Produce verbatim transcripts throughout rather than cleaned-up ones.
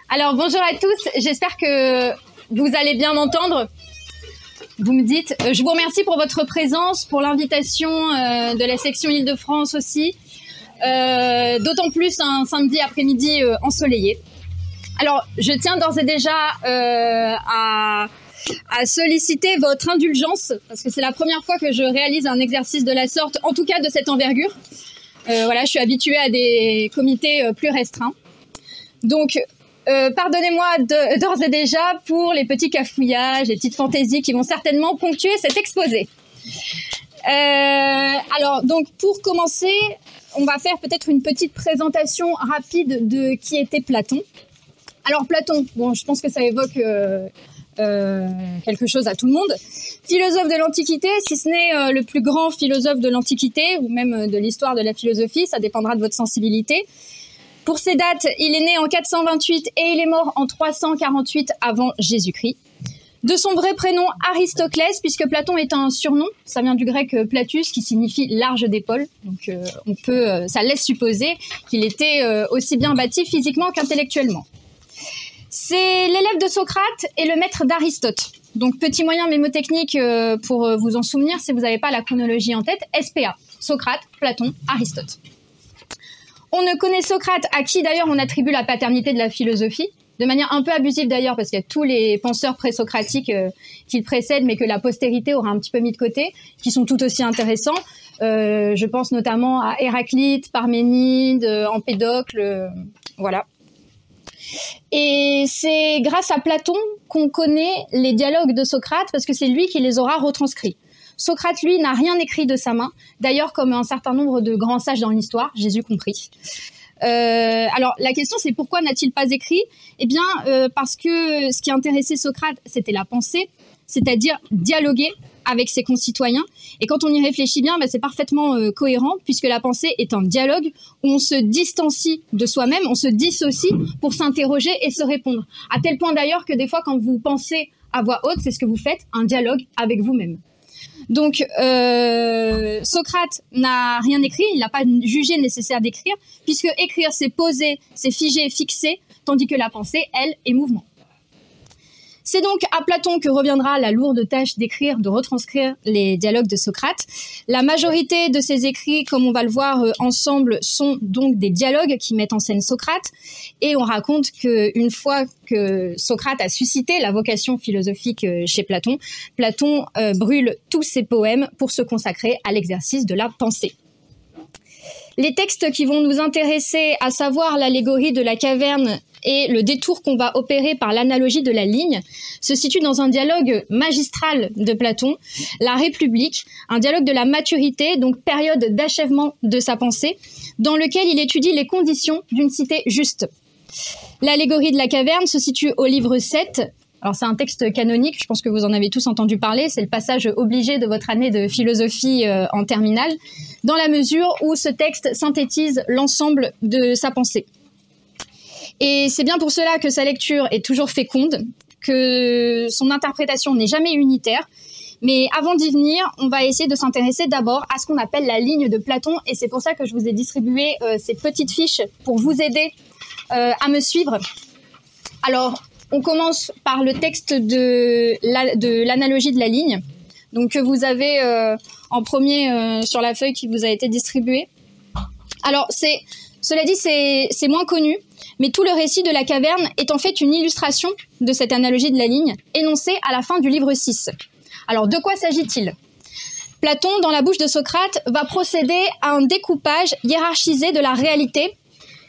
Alors, bonjour à tous. J'espère que vous allez bien m'entendre. Vous me dites. Euh, je vous remercie pour votre présence, pour l'invitation euh, de la section Île-de-France aussi. Euh, d'autant plus un samedi après-midi euh, ensoleillé. Alors, je tiens d'ores et déjà euh, à, à solliciter votre indulgence, parce que c'est la première fois que je réalise un exercice de la sorte, en tout cas de cette envergure. Euh, voilà, je suis habituée à des comités euh, plus restreints. Donc, euh, pardonnez-moi de, d'ores et déjà pour les petits cafouillages, les petites fantaisies qui vont certainement ponctuer cet exposé. Euh, alors, donc, pour commencer, on va faire peut-être une petite présentation rapide de qui était Platon. Alors, Platon, bon, je pense que ça évoque euh, euh, quelque chose à tout le monde. Philosophe de l'Antiquité, si ce n'est euh, le plus grand philosophe de l'Antiquité, ou même de l'histoire de la philosophie, ça dépendra de votre sensibilité. Pour ces dates, il est né en quatre cent vingt-huit et il est mort en trois cent quarante-huit avant Jésus-Christ. De son vrai prénom, Aristoclès, puisque Platon est un surnom, ça vient du grec Platus, qui signifie large d'épaule. Donc, euh, on peut, euh, ça laisse supposer qu'il était euh, aussi bien bâti physiquement qu'intellectuellement. C'est l'élève de Socrate et le maître d'Aristote. Donc, petit moyen mémotechnique euh, pour vous en souvenir, si vous n'avez pas la chronologie en tête, S P A, Socrate, Platon, Aristote. On ne connaît Socrate, à qui d'ailleurs on attribue la paternité de la philosophie, de manière un peu abusive d'ailleurs, parce qu'il y a tous les penseurs présocratiques euh, qui le précèdent, mais que la postérité aura un petit peu mis de côté, qui sont tout aussi intéressants. Euh, je pense notamment à Héraclite, Parménide, euh, Empédocle, euh, voilà. Et c'est grâce à Platon qu'on connaît les dialogues de Socrate, parce que c'est lui qui les aura retranscrits. Socrate, lui, n'a rien écrit de sa main, d'ailleurs comme un certain nombre de grands sages dans l'histoire, Jésus compris. Euh, alors, la question, c'est pourquoi n'a-t-il pas écrit ? Eh bien, euh, parce que ce qui intéressait Socrate, c'était la pensée, c'est-à-dire dialoguer avec ses concitoyens. Et quand on y réfléchit bien, bah, c'est parfaitement euh, cohérent, puisque la pensée est un dialogue où on se distancie de soi-même, on se dissocie pour s'interroger et se répondre. À tel point d'ailleurs que des fois, quand vous pensez à voix haute, c'est ce que vous faites, un dialogue avec vous-même. Donc, euh, Socrate n'a rien écrit, il n'a pas jugé nécessaire d'écrire, puisque écrire, c'est poser, c'est figer, fixer, tandis que la pensée, elle, est mouvement. C'est donc à Platon que reviendra la lourde tâche d'écrire, de retranscrire les dialogues de Socrate. La majorité de ses écrits, comme on va le voir euh, ensemble, sont donc des dialogues qui mettent en scène Socrate. Et on raconte qu'une fois que Socrate a suscité la vocation philosophique euh, chez Platon, Platon euh, brûle tous ses poèmes pour se consacrer à l'exercice de la pensée. Les textes qui vont nous intéresser, à savoir l'allégorie de la caverne et le détour qu'on va opérer par l'analogie de la ligne, se situent dans un dialogue magistral de Platon, la République, un dialogue de la maturité, donc période d'achèvement de sa pensée, dans lequel il étudie les conditions d'une cité juste. L'allégorie de la caverne se situe au livre sept. Alors c'est un texte canonique, je pense que vous en avez tous entendu parler, c'est le passage obligé de votre année de philosophie euh, en terminale, dans la mesure où ce texte synthétise l'ensemble de sa pensée. Et c'est bien pour cela que sa lecture est toujours féconde, que son interprétation n'est jamais unitaire. Mais avant d'y venir, on va essayer de s'intéresser d'abord à ce qu'on appelle la ligne de Platon, et c'est pour ça que je vous ai distribué euh, ces petites fiches pour vous aider euh, à me suivre. Alors, on commence par le texte de, la, de l'analogie de la ligne, donc que vous avez euh, en premier euh, sur la feuille qui vous a été distribuée. Alors, c'est, cela dit, c'est, c'est moins connu, mais tout le récit de la caverne est en fait une illustration de cette analogie de la ligne, énoncée à la fin du livre six. Alors, de quoi s'agit-il ? Platon, dans la bouche de Socrate, va procéder à un découpage hiérarchisé de la réalité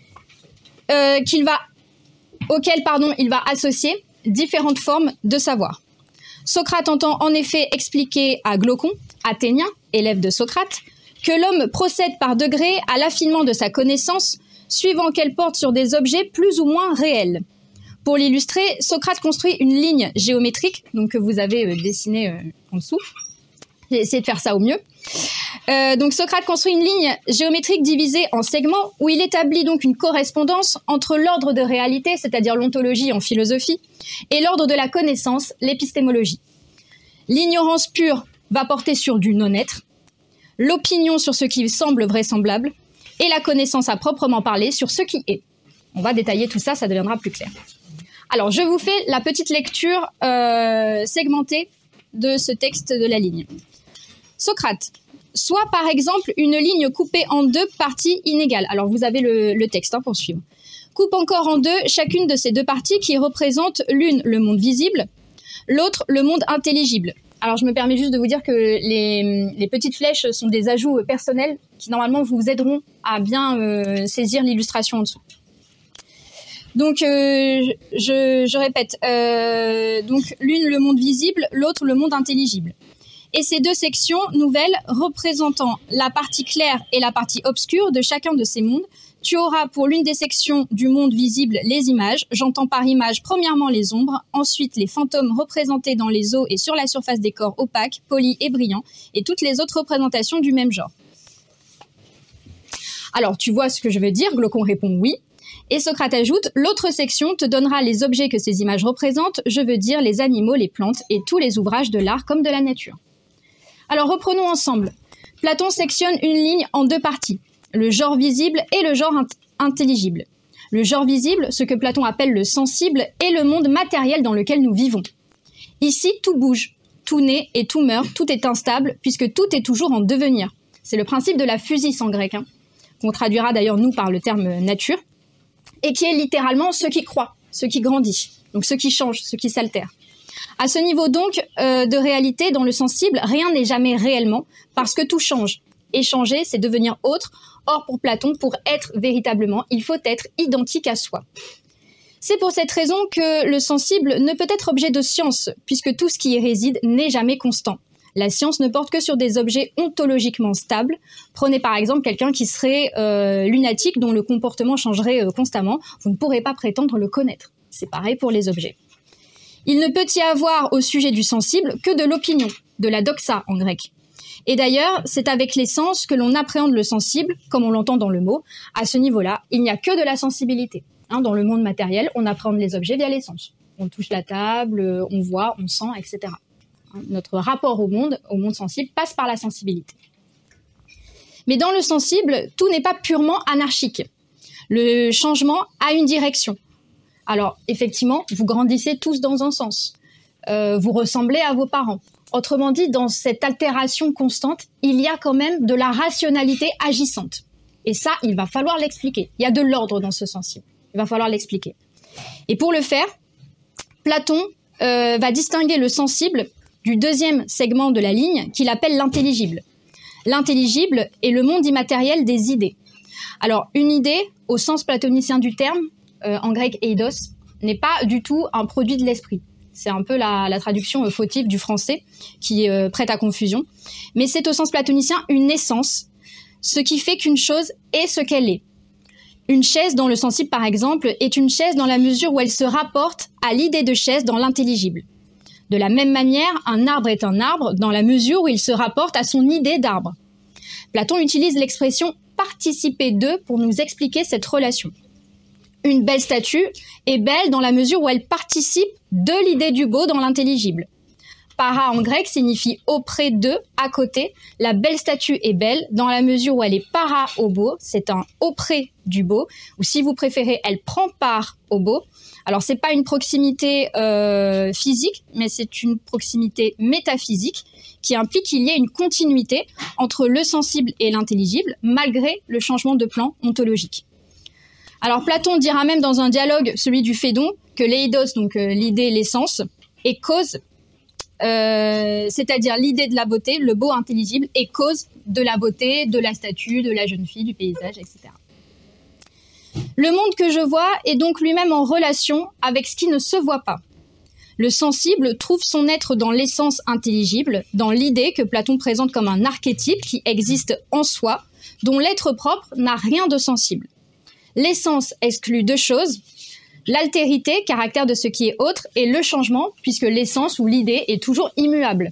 euh, qu'il va auquel pardon, il va associer différentes formes de savoir. Socrate entend en effet expliquer à Glaucon, athénien, élève de Socrate, que l'homme procède par degrés à l'affinement de sa connaissance, suivant qu'elle porte sur des objets plus ou moins réels. Pour l'illustrer, Socrate construit une ligne géométrique, donc que vous avez euh, dessinée euh, en dessous. J'ai essayé de faire ça au mieux. Euh, donc Socrate construit une ligne géométrique divisée en segments où il établit donc une correspondance entre l'ordre de réalité, c'est-à-dire l'ontologie en philosophie, et l'ordre de la connaissance, l'épistémologie. L'ignorance pure va porter sur du non-être, l'opinion sur ce qui semble vraisemblable, et la connaissance à proprement parler sur ce qui est. On va détailler tout ça, ça deviendra plus clair. Alors, je vous fais la petite lecture euh, segmentée de ce texte de la ligne. Socrate. Soit par exemple une ligne coupée en deux parties inégales. Alors vous avez le, le texte hein, pour suivre. Coupe encore en deux chacune de ces deux parties qui représentent l'une le monde visible, l'autre le monde intelligible. Alors je me permets juste de vous dire que les, les petites flèches sont des ajouts personnels qui normalement vous aideront à bien euh, saisir l'illustration en dessous. Donc euh, je, je répète, euh, donc l'une le monde visible, l'autre le monde intelligible. Et ces deux sections nouvelles représentant la partie claire et la partie obscure de chacun de ces mondes, tu auras pour l'une des sections du monde visible les images. J'entends par image premièrement les ombres, ensuite les fantômes représentés dans les eaux et sur la surface des corps opaques, polis et brillants, et toutes les autres représentations du même genre. Alors, tu vois ce que je veux dire? Glaucon répond oui. Et Socrate ajoute, l'autre section te donnera les objets que ces images représentent, je veux dire les animaux, les plantes et tous les ouvrages de l'art comme de la nature. Alors reprenons ensemble. Platon sectionne une ligne en deux parties, le genre visible et le genre int- intelligible. Le genre visible, ce que Platon appelle le sensible, est le monde matériel dans lequel nous vivons. Ici, tout bouge, tout naît et tout meurt, tout est instable, puisque tout est toujours en devenir. C'est le principe de la physis en grec, hein, qu'on traduira d'ailleurs nous par le terme nature, et qui est littéralement ce qui croît, ce qui grandit, donc ce qui change, ce qui s'altère. À ce niveau donc euh, de réalité, dans le sensible, rien n'est jamais réellement, parce que tout change. Et changer, c'est devenir autre. Or, pour Platon, pour être véritablement, il faut être identique à soi. C'est pour cette raison que le sensible ne peut être objet de science, puisque tout ce qui y réside n'est jamais constant. La science ne porte que sur des objets ontologiquement stables. Prenez par exemple quelqu'un qui serait euh, lunatique, dont le comportement changerait euh, constamment. Vous ne pourrez pas prétendre le connaître. C'est pareil pour les objets. Il ne peut y avoir au sujet du sensible que de l'opinion, de la doxa en grec. Et d'ailleurs, c'est avec les sens que l'on appréhende le sensible, comme on l'entend dans le mot. À ce niveau-là, il n'y a que de la sensibilité. Hein, dans le monde matériel, on appréhende les objets via les sens. On touche la table, on voit, on sent, et cetera. Hein, notre rapport au monde, au monde sensible, passe par la sensibilité. Mais dans le sensible, tout n'est pas purement anarchique. Le changement a une direction. Alors, effectivement, vous grandissez tous dans un sens. Euh, vous ressemblez à vos parents. Autrement dit, dans cette altération constante, il y a quand même de la rationalité agissante. Et ça, il va falloir l'expliquer. Il y a de l'ordre dans ce sensible. Il va falloir l'expliquer. Et pour le faire, Platon euh, va distinguer le sensible du deuxième segment de la ligne qu'il appelle l'intelligible. L'intelligible est le monde immatériel des idées. Alors, une idée, au sens platonicien du terme, euh, en grec eidos, n'est pas du tout un produit de l'esprit. C'est un peu la, la traduction fautive du français qui euh, prête à confusion. Mais c'est au sens platonicien une essence, ce qui fait qu'une chose est ce qu'elle est. Une chaise dans le sensible, par exemple, est une chaise dans la mesure où elle se rapporte à l'idée de chaise dans l'intelligible. De la même manière, un arbre est un arbre dans la mesure où il se rapporte à son idée d'arbre. Platon utilise l'expression « participer de » pour nous expliquer cette relation. Une belle statue est belle dans la mesure où elle participe de l'idée du beau dans l'intelligible. Para en grec signifie auprès de, à côté. La belle statue est belle dans la mesure où elle est para au beau, c'est un auprès du beau, ou si vous préférez, elle prend part au beau. Alors c'est pas une proximité euh, physique, mais c'est une proximité métaphysique qui implique qu'il y ait une continuité entre le sensible et l'intelligible, malgré le changement de plan ontologique. Alors Platon dira même dans un dialogue, celui du Phédon, que l'eidos, donc euh, l'idée, l'essence, est cause, euh, c'est-à-dire l'idée de la beauté, le beau intelligible, est cause de la beauté, de la statue, de la jeune fille, du paysage, et cetera. Le monde que je vois est donc lui-même en relation avec ce qui ne se voit pas. Le sensible trouve son être dans l'essence intelligible, dans l'idée que Platon présente comme un archétype qui existe en soi, dont l'être propre n'a rien de sensible. L'essence exclut deux choses, l'altérité, caractère de ce qui est autre, et le changement, puisque l'essence ou l'idée est toujours immuable.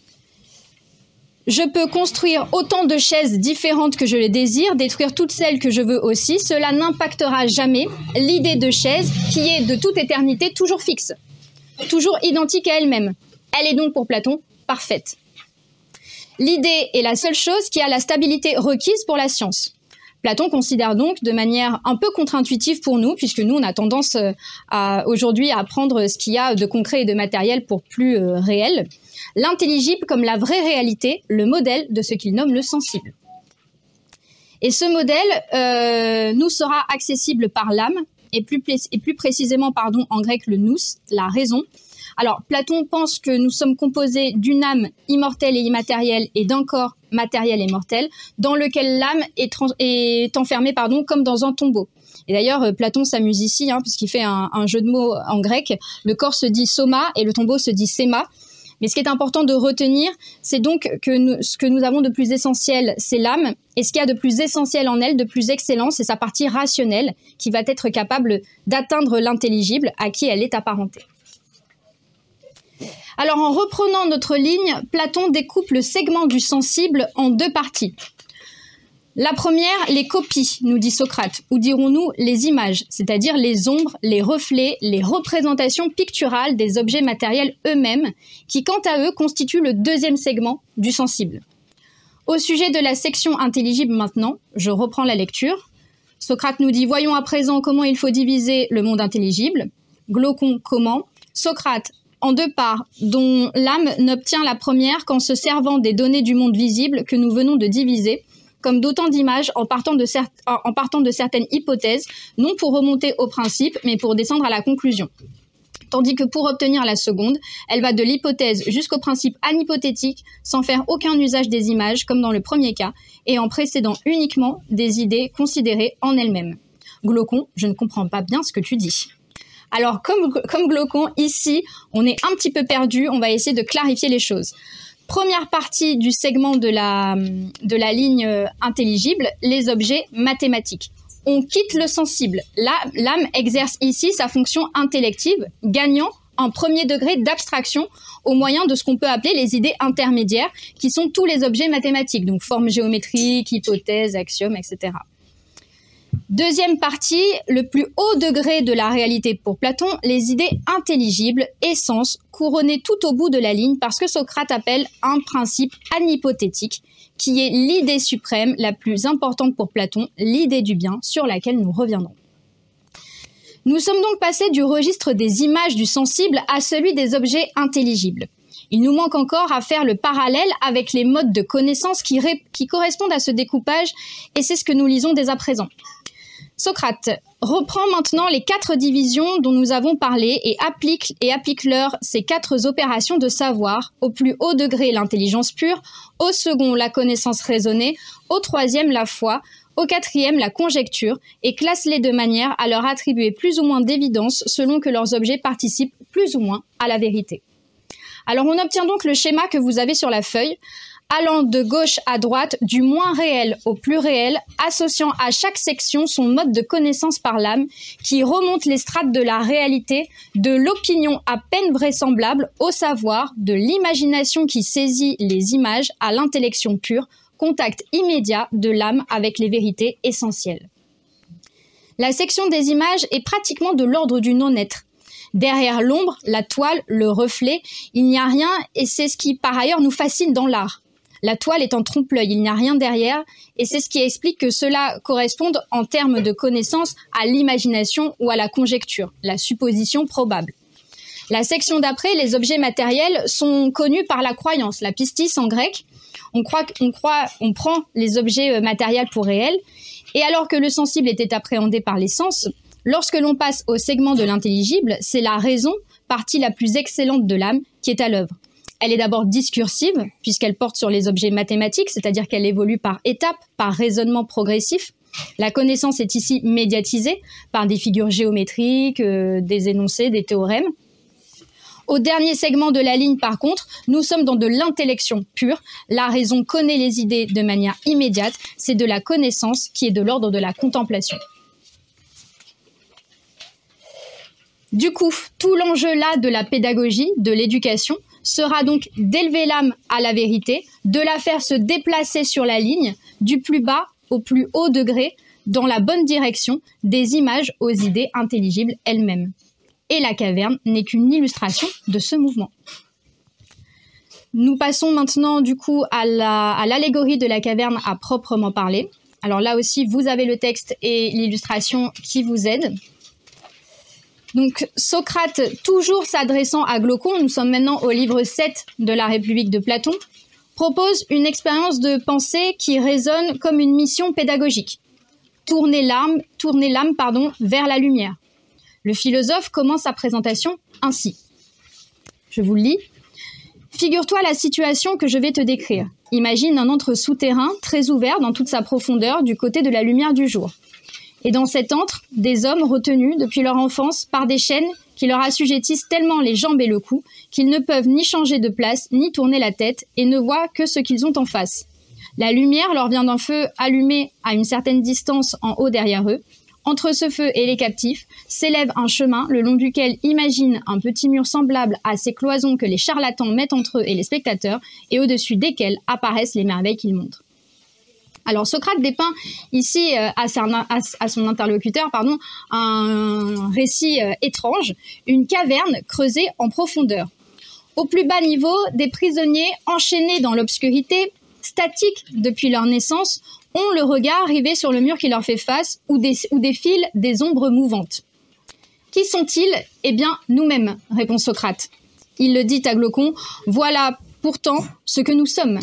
Je peux construire autant de chaises différentes que je les désire, détruire toutes celles que je veux aussi, cela n'impactera jamais l'idée de chaise qui est de toute éternité toujours fixe, toujours identique à elle-même. Elle est donc pour Platon parfaite. L'idée est la seule chose qui a la stabilité requise pour la science. Platon considère donc de manière un peu contre-intuitive pour nous, puisque nous, on a tendance à, aujourd'hui à prendre ce qu'il y a de concret et de matériel pour plus euh, réel, l'intelligible comme la vraie réalité, le modèle de ce qu'il nomme le sensible. Et ce modèle euh, nous sera accessible par l'âme, et plus, et plus précisément pardon, en grec le nous, la raison. Alors Platon pense que nous sommes composés d'une âme immortelle et immatérielle et d'un corps matériel et mortel, dans lequel l'âme est, trans- est enfermée pardon, comme dans un tombeau. Et d'ailleurs, Platon s'amuse ici, hein, puisqu'il fait un, un jeu de mots en grec. Le corps se dit soma et le tombeau se dit séma. Mais ce qui est important de retenir, c'est donc que nous, ce que nous avons de plus essentiel, c'est l'âme. Et ce qu'il y a de plus essentiel en elle, de plus excellent, c'est sa partie rationnelle, qui va être capable d'atteindre l'intelligible à qui elle est apparentée. Alors, en reprenant notre ligne, Platon découpe le segment du sensible en deux parties. La première, les copies, nous dit Socrate, ou dirons-nous les images, c'est-à-dire les ombres, les reflets, les représentations picturales des objets matériels eux-mêmes, qui quant à eux constituent le deuxième segment du sensible. Au sujet de la section intelligible maintenant, je reprends la lecture. Socrate nous dit « Voyons à présent comment il faut diviser le monde intelligible. » Glaucon, comment ? Socrate, en deux parts, dont l'âme n'obtient la première qu'en se servant des données du monde visible que nous venons de diviser, comme d'autant d'images en partant de, cer- en partant de certaines hypothèses, non pour remonter au principe, mais pour descendre à la conclusion. Tandis que pour obtenir la seconde, elle va de l'hypothèse jusqu'au principe anhypothétique, sans faire aucun usage des images, comme dans le premier cas, et en précédant uniquement des idées considérées en elles-mêmes. Glaucon, je ne comprends pas bien ce que tu dis. Alors, comme, comme Glaucon, ici, on est un petit peu perdu, on va essayer de clarifier les choses. Première partie du segment de la, de la ligne intelligible, les objets mathématiques. On quitte le sensible. Là, l'âme exerce ici sa fonction intellective, gagnant un premier degré d'abstraction au moyen de ce qu'on peut appeler les idées intermédiaires, qui sont tous les objets mathématiques, donc formes géométriques, hypothèses, axiomes, et cetera. Deuxième partie, le plus haut degré de la réalité pour Platon, les idées intelligibles, essence, couronnées tout au bout de la ligne par ce que Socrate appelle un principe anhypothétique, qui est l'idée suprême la plus importante pour Platon, l'idée du bien, sur laquelle nous reviendrons. Nous sommes donc passés du registre des images du sensible à celui des objets intelligibles. Il nous manque encore à faire le parallèle avec les modes de connaissance qui, ré- qui correspondent à ce découpage, et c'est ce que nous lisons dès à présent. Socrate reprend maintenant les quatre divisions dont nous avons parlé et applique, et applique-leur ces quatre opérations de savoir, au plus haut degré l'intelligence pure, au second la connaissance raisonnée, au troisième la foi, au quatrième la conjecture, et classe-les de manière à leur attribuer plus ou moins d'évidence selon que leurs objets participent plus ou moins à la vérité. Alors on obtient donc le schéma que vous avez sur la feuille, allant de gauche à droite, du moins réel au plus réel, associant à chaque section son mode de connaissance par l'âme, qui remonte les strates de la réalité, de l'opinion à peine vraisemblable au savoir, de l'imagination qui saisit les images à l'intellection pure, contact immédiat de l'âme avec les vérités essentielles. La section des images est pratiquement de l'ordre du non-être. Derrière l'ombre, la toile, le reflet, il n'y a rien et c'est ce qui par ailleurs nous fascine dans l'art. La toile est en trompe-l'œil, il n'y a rien derrière et c'est ce qui explique que cela corresponde en termes de connaissance à l'imagination ou à la conjecture, la supposition probable. La section d'après, les objets matériels, sont connus par la croyance, la pistis en grec. On croit, on croit, on prend les objets matériels pour réels et alors que le sensible était appréhendé par les sens, lorsque l'on passe au segment de l'intelligible, c'est la raison, partie la plus excellente de l'âme, qui est à l'œuvre. Elle est d'abord discursive, puisqu'elle porte sur les objets mathématiques, c'est-à-dire qu'elle évolue par étapes, par raisonnement progressif. La connaissance est ici médiatisée par des figures géométriques, euh, des énoncés, des théorèmes. Au dernier segment de la ligne, par contre, nous sommes dans de l'intellection pure. La raison connaît les idées de manière immédiate. C'est de la connaissance qui est de l'ordre de la contemplation. Du coup, tout l'enjeu là de la pédagogie, de l'éducation, sera donc d'élever l'âme à la vérité, de la faire se déplacer sur la ligne, du plus bas au plus haut degré, dans la bonne direction, des images aux idées intelligibles elles-mêmes. Et la caverne n'est qu'une illustration de ce mouvement. Nous passons maintenant du coup à, la, à l'allégorie de la caverne à proprement parler. Alors là aussi, vous avez le texte et l'illustration qui vous aident. Donc, Socrate, toujours s'adressant à Glaucon, nous sommes maintenant au livre sept de la République de Platon, propose une expérience de pensée qui résonne comme une mission pédagogique. Tourner l'âme, tourner l'âme, pardon, vers la lumière. Le philosophe commence sa présentation ainsi. Je vous le lis. Figure-toi la situation que je vais te décrire. Imagine un antre souterrain très ouvert dans toute sa profondeur du côté de la lumière du jour. Et dans cet antre, des hommes retenus depuis leur enfance par des chaînes qui leur assujettissent tellement les jambes et le cou qu'ils ne peuvent ni changer de place ni tourner la tête et ne voient que ce qu'ils ont en face. La lumière leur vient d'un feu allumé à une certaine distance en haut derrière eux. Entre ce feu et les captifs s'élève un chemin le long duquel imagine un petit mur semblable à ces cloisons que les charlatans mettent entre eux et les spectateurs et au-dessus desquels apparaissent les merveilles qu'ils montrent. Alors Socrate dépeint ici euh, à, sa, à, à son interlocuteur pardon, un récit euh, étrange, une caverne creusée en profondeur. Au plus bas niveau, des prisonniers enchaînés dans l'obscurité, statiques depuis leur naissance, ont le regard rivé sur le mur qui leur fait face où, des, où défilent des ombres mouvantes. Qui sont-ils ? Eh bien, nous-mêmes, répond Socrate. Il le dit à Glaucon, voilà pourtant ce que nous sommes.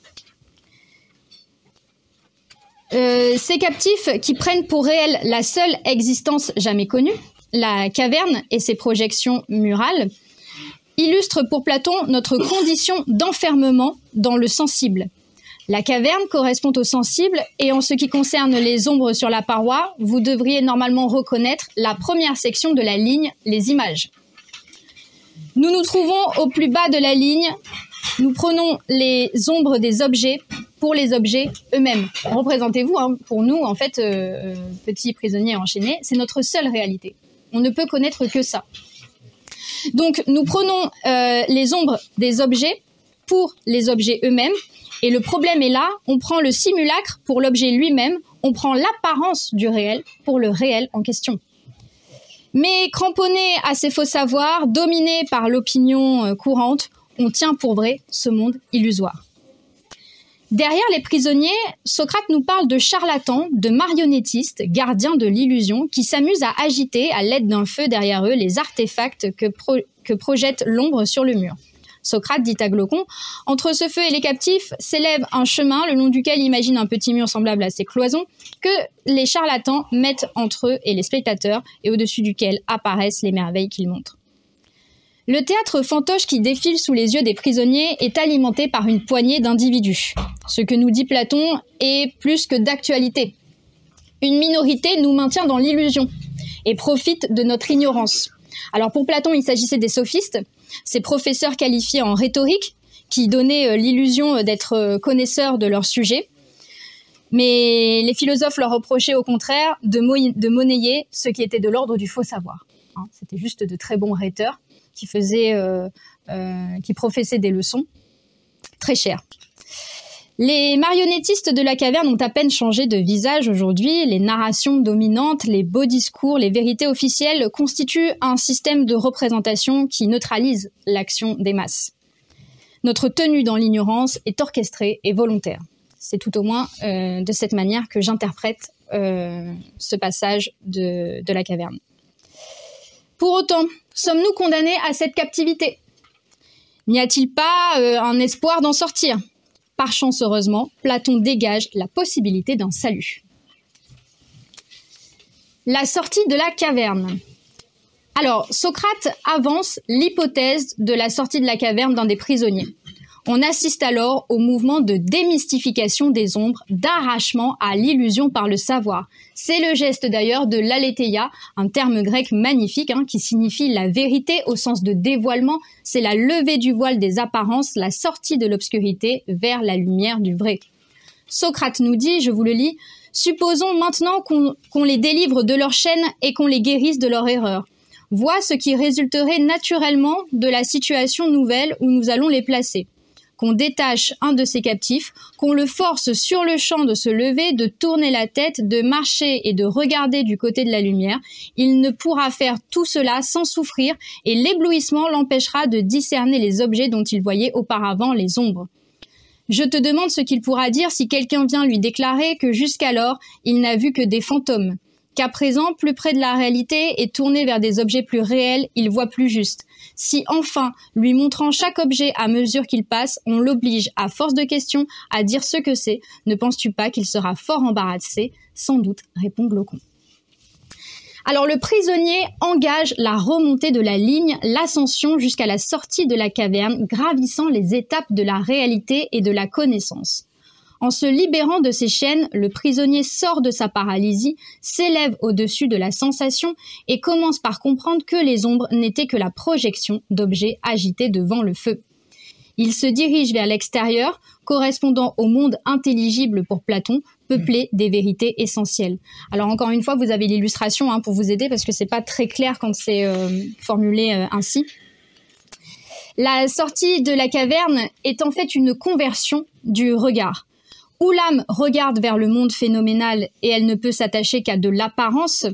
Euh, ces captifs qui prennent pour réelle la seule existence jamais connue, la caverne et ses projections murales, illustrent pour Platon notre condition d'enfermement dans le sensible. La caverne correspond au sensible et en ce qui concerne les ombres sur la paroi, vous devriez normalement reconnaître la première section de la ligne, les images. Nous nous trouvons au plus bas de la ligne, nous prenons les ombres des objets pour les objets eux-mêmes. Représentez-vous, hein, pour nous, en fait, euh, petits prisonniers enchaînés, c'est notre seule réalité. On ne peut connaître que ça. Donc, nous prenons euh, les ombres des objets pour les objets eux-mêmes. Et le problème est là, on prend le simulacre pour l'objet lui-même, on prend l'apparence du réel pour le réel en question. Mais cramponné à ces faux savoirs, dominé par l'opinion euh, courante, on tient pour vrai ce monde illusoire. Derrière les prisonniers, Socrate nous parle de charlatans, de marionnettistes, gardiens de l'illusion, qui s'amusent à agiter, à l'aide d'un feu derrière eux, les artefacts que, pro- que projette l'ombre sur le mur. Socrate dit à Glaucon, « Entre ce feu et les captifs s'élève un chemin le long duquel imagine un petit mur semblable à ces cloisons que les charlatans mettent entre eux et les spectateurs et au-dessus duquel apparaissent les merveilles qu'ils montrent. » Le théâtre fantoche qui défile sous les yeux des prisonniers est alimenté par une poignée d'individus. Ce que nous dit Platon est plus que d'actualité. Une minorité nous maintient dans l'illusion et profite de notre ignorance. Alors pour Platon, il s'agissait des sophistes, ces professeurs qualifiés en rhétorique qui donnaient l'illusion d'être connaisseurs de leur sujet. Mais les philosophes leur reprochaient au contraire de, mo- de monnayer ce qui était de l'ordre du faux savoir. Hein, c'était juste de très bons rhéteurs qui faisaient, euh, euh, qui professaient des leçons très chères. Les marionnettistes de la caverne ont à peine changé de visage aujourd'hui. Les narrations dominantes, les beaux discours, les vérités officielles constituent un système de représentation qui neutralise l'action des masses. Notre tenue dans l'ignorance est orchestrée et volontaire. C'est tout au moins euh, de cette manière que j'interprète euh, ce passage de, de la caverne. Pour autant, sommes-nous condamnés à cette captivité ? N'y a-t-il pas euh, un espoir d'en sortir ? Par chance, heureusement, Platon dégage la possibilité d'un salut. La sortie de la caverne. Alors, Socrate avance l'hypothèse de la sortie de la caverne d'un des prisonniers. On assiste alors au mouvement de démystification des ombres, d'arrachement à l'illusion par le savoir. C'est le geste d'ailleurs de l'aletheia, un terme grec magnifique hein, qui signifie la vérité au sens de dévoilement. C'est la levée du voile des apparences, la sortie de l'obscurité vers la lumière du vrai. Socrate nous dit, je vous le lis, « Supposons maintenant qu'on, qu'on les délivre de leurs chaînes et qu'on les guérisse de leur erreur. Vois ce qui résulterait naturellement de la situation nouvelle où nous allons les placer. Qu'on détache un de ces captifs, qu'on le force sur le champ de se lever, de tourner la tête, de marcher et de regarder du côté de la lumière. Il ne pourra faire tout cela sans souffrir et l'éblouissement l'empêchera de discerner les objets dont il voyait auparavant les ombres. Je te demande ce qu'il pourra dire si quelqu'un vient lui déclarer que jusqu'alors, il n'a vu que des fantômes, qu'à présent, plus près de la réalité et tourné vers des objets plus réels, il voit plus juste. Si enfin, lui montrant chaque objet à mesure qu'il passe, on l'oblige, à force de questions, à dire ce que c'est, ne penses-tu pas qu'il sera fort embarrassé ? Sans doute, répond Glaucon. Alors le prisonnier engage la remontée de la ligne, l'ascension jusqu'à la sortie de la caverne, gravissant les étapes de la réalité et de la connaissance. En se libérant de ses chaînes, le prisonnier sort de sa paralysie, s'élève au-dessus de la sensation et commence par comprendre que les ombres n'étaient que la projection d'objets agités devant le feu. Il se dirige vers l'extérieur, correspondant au monde intelligible pour Platon, peuplé des vérités essentielles. Alors encore une fois, vous avez l'illustration hein, pour vous aider parce que c'est pas très clair quand c'est euh, formulé euh, ainsi. La sortie de la caverne est en fait une conversion du regard. Où l'âme regarde vers le monde phénoménal et elle ne peut s'attacher qu'à de l'apparence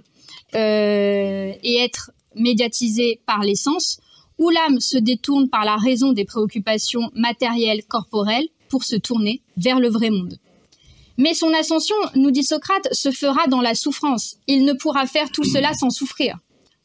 euh, et être médiatisée par les sens, où l'âme se détourne par la raison des préoccupations matérielles, corporelles, pour se tourner vers le vrai monde. Mais son ascension, nous dit Socrate, se fera dans la souffrance. Il ne pourra faire tout cela sans souffrir. Pourquoi ?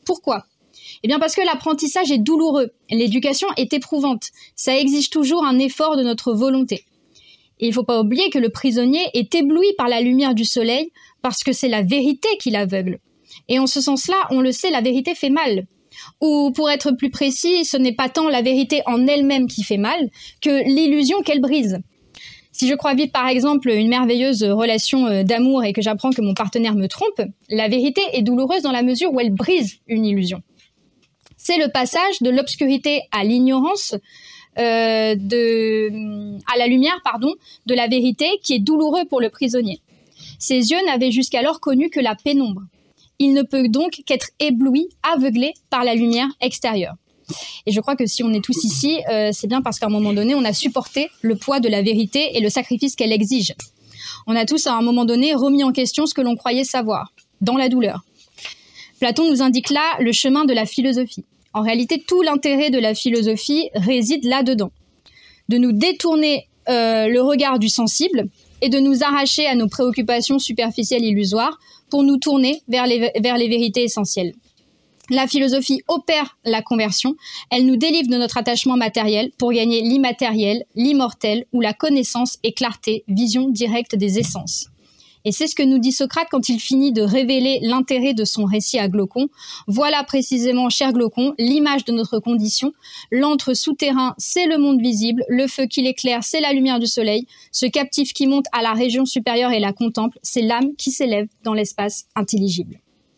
Eh bien parce que l'apprentissage est douloureux, l'éducation est éprouvante, ça exige toujours un effort de notre volonté. Et il ne faut pas oublier que le prisonnier est ébloui par la lumière du soleil parce que c'est la vérité qui l'aveugle. Et en ce sens-là, on le sait, la vérité fait mal. Ou pour être plus précis, ce n'est pas tant la vérité en elle-même qui fait mal que l'illusion qu'elle brise. Si je crois vivre par exemple une merveilleuse relation d'amour et que j'apprends que mon partenaire me trompe, la vérité est douloureuse dans la mesure où elle brise une illusion. C'est le passage de l'obscurité à l'ignorance, euh, de, à la lumière, pardon, de la vérité qui est douloureux pour le prisonnier. Ses yeux n'avaient jusqu'alors connu que la pénombre. Il ne peut donc qu'être ébloui, aveuglé par la lumière extérieure. Et je crois que si on est tous ici, euh, c'est bien parce qu'à un moment donné, on a supporté le poids de la vérité et le sacrifice qu'elle exige. On a tous à un moment donné remis en question ce que l'on croyait savoir, dans la douleur. Platon nous indique là le chemin de la philosophie. En réalité, tout l'intérêt de la philosophie réside là-dedans. De nous détourner euh, le regard du sensible et de nous arracher à nos préoccupations superficielles illusoires pour nous tourner vers les, vers les vérités essentielles. La philosophie opère la conversion, elle nous délivre de notre attachement matériel pour gagner l'immatériel, l'immortel, où la connaissance est clarté, vision directe des essences. Et c'est ce que nous dit Socrate quand il finit de révéler l'intérêt de son récit à Glaucon. Voilà précisément, cher Glaucon, l'image de notre condition. L'antre souterrain, c'est le monde visible. Le feu qui l'éclaire, c'est la lumière du soleil. Ce captif qui monte à la région supérieure et la contemple, c'est l'âme qui s'élève dans l'espace intelligible.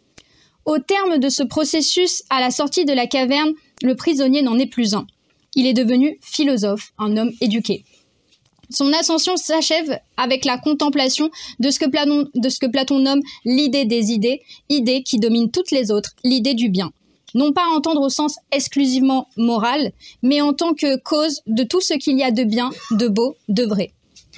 Au terme de ce processus, à la sortie de la caverne, le prisonnier n'en est plus un. Il est devenu philosophe, un homme éduqué. Son ascension s'achève avec la contemplation de ce que Platon, de ce que Platon nomme l'idée des idées, idée qui domine toutes les autres, l'idée du bien. Non pas à entendre au sens exclusivement moral, mais en tant que cause de tout ce qu'il y a de bien, de beau, de vrai.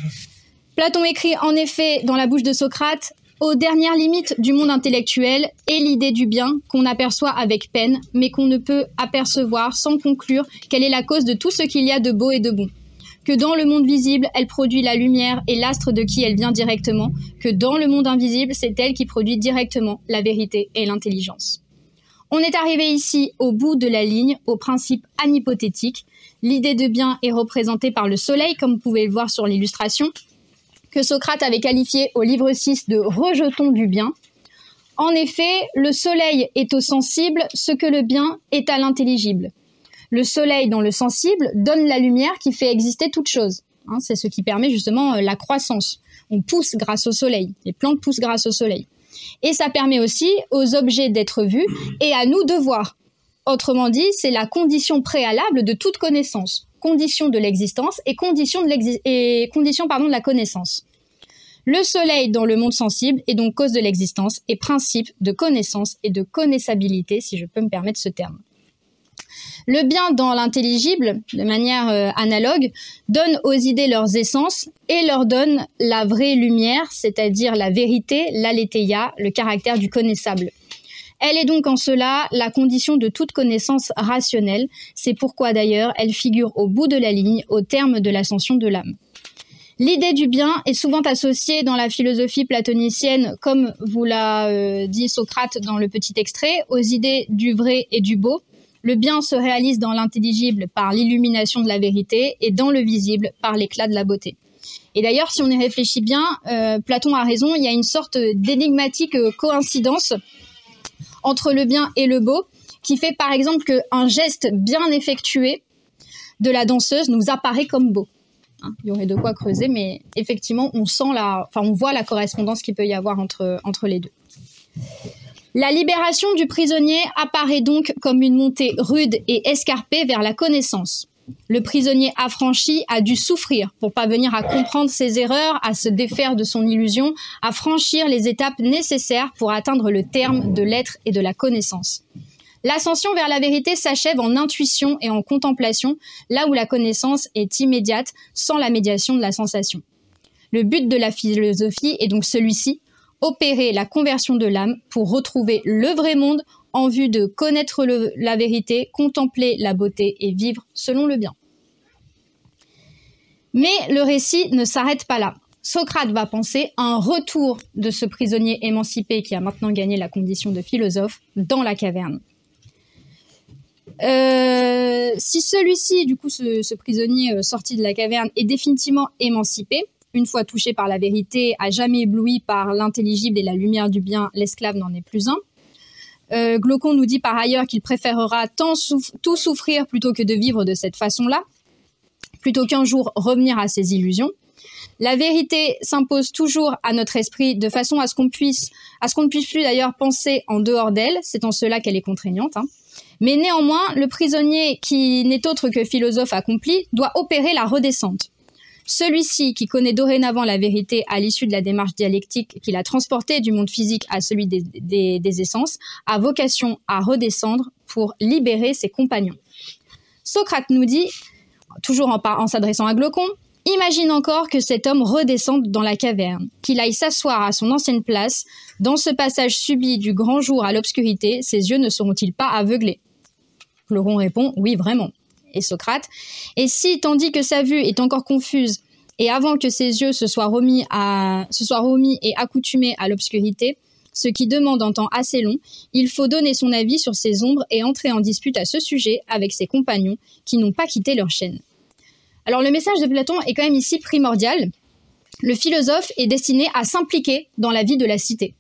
Platon écrit en effet dans la bouche de Socrate « Aux dernières limites du monde intellectuel est l'idée du bien qu'on aperçoit avec peine, mais qu'on ne peut apercevoir sans conclure quelle est la cause de tout ce qu'il y a de beau et de bon. Que dans le monde visible, elle produit la lumière et l'astre de qui elle vient directement, que dans le monde invisible, c'est elle qui produit directement la vérité et l'intelligence. » On est arrivé ici au bout de la ligne, au principe anhypothétique. L'idée de bien est représentée par le soleil, comme vous pouvez le voir sur l'illustration, que Socrate avait qualifié au livre six de « rejetons du bien ». En effet, le soleil est au sensible ce que le bien est à l'intelligible. Le soleil dans le sensible donne la lumière qui fait exister toute chose. Hein, c'est ce qui permet justement la croissance. On pousse grâce au soleil. Les plantes poussent grâce au soleil. Et ça permet aussi aux objets d'être vus et à nous de voir. Autrement dit, c'est la condition préalable de toute connaissance. Condition de l'existence et condition de, l'exi- et condition, pardon, de la connaissance. Le soleil dans le monde sensible est donc cause de l'existence et principe de connaissance et de connaissabilité, si je peux me permettre ce terme. Le bien dans l'intelligible, de manière euh, analogue, donne aux idées leurs essences et leur donne la vraie lumière, c'est-à-dire la vérité, l'aletheia, le caractère du connaissable. Elle est donc en cela la condition de toute connaissance rationnelle. C'est pourquoi d'ailleurs elle figure au bout de la ligne, au terme de l'ascension de l'âme. L'idée du bien est souvent associée dans la philosophie platonicienne, comme vous l'a euh, dit Socrate dans le petit extrait, aux idées du vrai et du beau. Le bien se réalise dans l'intelligible par l'illumination de la vérité et dans le visible par l'éclat de la beauté. Et d'ailleurs, si on y réfléchit bien, euh, Platon a raison, il y a une sorte d'énigmatique coïncidence entre le bien et le beau, qui fait par exemple qu'un geste bien effectué de la danseuse nous apparaît comme beau. Hein, il y aurait de quoi creuser, mais effectivement, on sent la, enfin, on voit la correspondance qu'il peut y avoir entre, entre les deux. La libération du prisonnier apparaît donc comme une montée rude et escarpée vers la connaissance. Le prisonnier affranchi a dû souffrir pour parvenir à comprendre ses erreurs, à se défaire de son illusion, à franchir les étapes nécessaires pour atteindre le terme de l'être et de la connaissance. L'ascension vers la vérité s'achève en intuition et en contemplation, là où la connaissance est immédiate, sans la médiation de la sensation. Le but de la philosophie est donc celui-ci, opérer la conversion de l'âme pour retrouver le vrai monde en vue de connaître le, la vérité, contempler la beauté et vivre selon le bien. Mais le récit ne s'arrête pas là. Socrate va penser à un retour de ce prisonnier émancipé qui a maintenant gagné la condition de philosophe dans la caverne. Euh, si celui-ci, du coup, ce, ce prisonnier euh, sorti de la caverne est définitivement émancipé, une fois touché par la vérité, à jamais ébloui par l'intelligible et la lumière du bien, l'esclave n'en est plus un. Euh, Glaucon nous dit par ailleurs qu'il préférera tant souf- tout souffrir plutôt que de vivre de cette façon-là, plutôt qu'un jour revenir à ses illusions. La vérité s'impose toujours à notre esprit de façon à ce qu'on puisse, à ce qu'on ne puisse plus d'ailleurs penser en dehors d'elle. C'est en cela qu'elle est contraignante, hein. Mais néanmoins, le prisonnier qui n'est autre que philosophe accompli doit opérer la redescente. Celui-ci, qui connaît dorénavant la vérité à l'issue de la démarche dialectique qui l'a transporté du monde physique à celui des, des, des essences, a vocation à redescendre pour libérer ses compagnons. Socrate nous dit, toujours en, en s'adressant à Glaucon, « Imagine encore que cet homme redescende dans la caverne, qu'il aille s'asseoir à son ancienne place. Dans ce passage subi du grand jour à l'obscurité, ses yeux ne seront-ils pas aveuglés ?» Glaucon répond « Oui, vraiment ». Et Socrate, « Et si, tandis que sa vue est encore confuse, et avant que ses yeux se soient remis, à, se soient remis et accoutumés à l'obscurité, ce qui demande un temps assez long, il faut donner son avis sur ces ombres et entrer en dispute à ce sujet avec ses compagnons qui n'ont pas quitté leur chaîne. » Alors le message de Platon est quand même ici primordial. Le philosophe est destiné à s'impliquer dans la vie de la cité.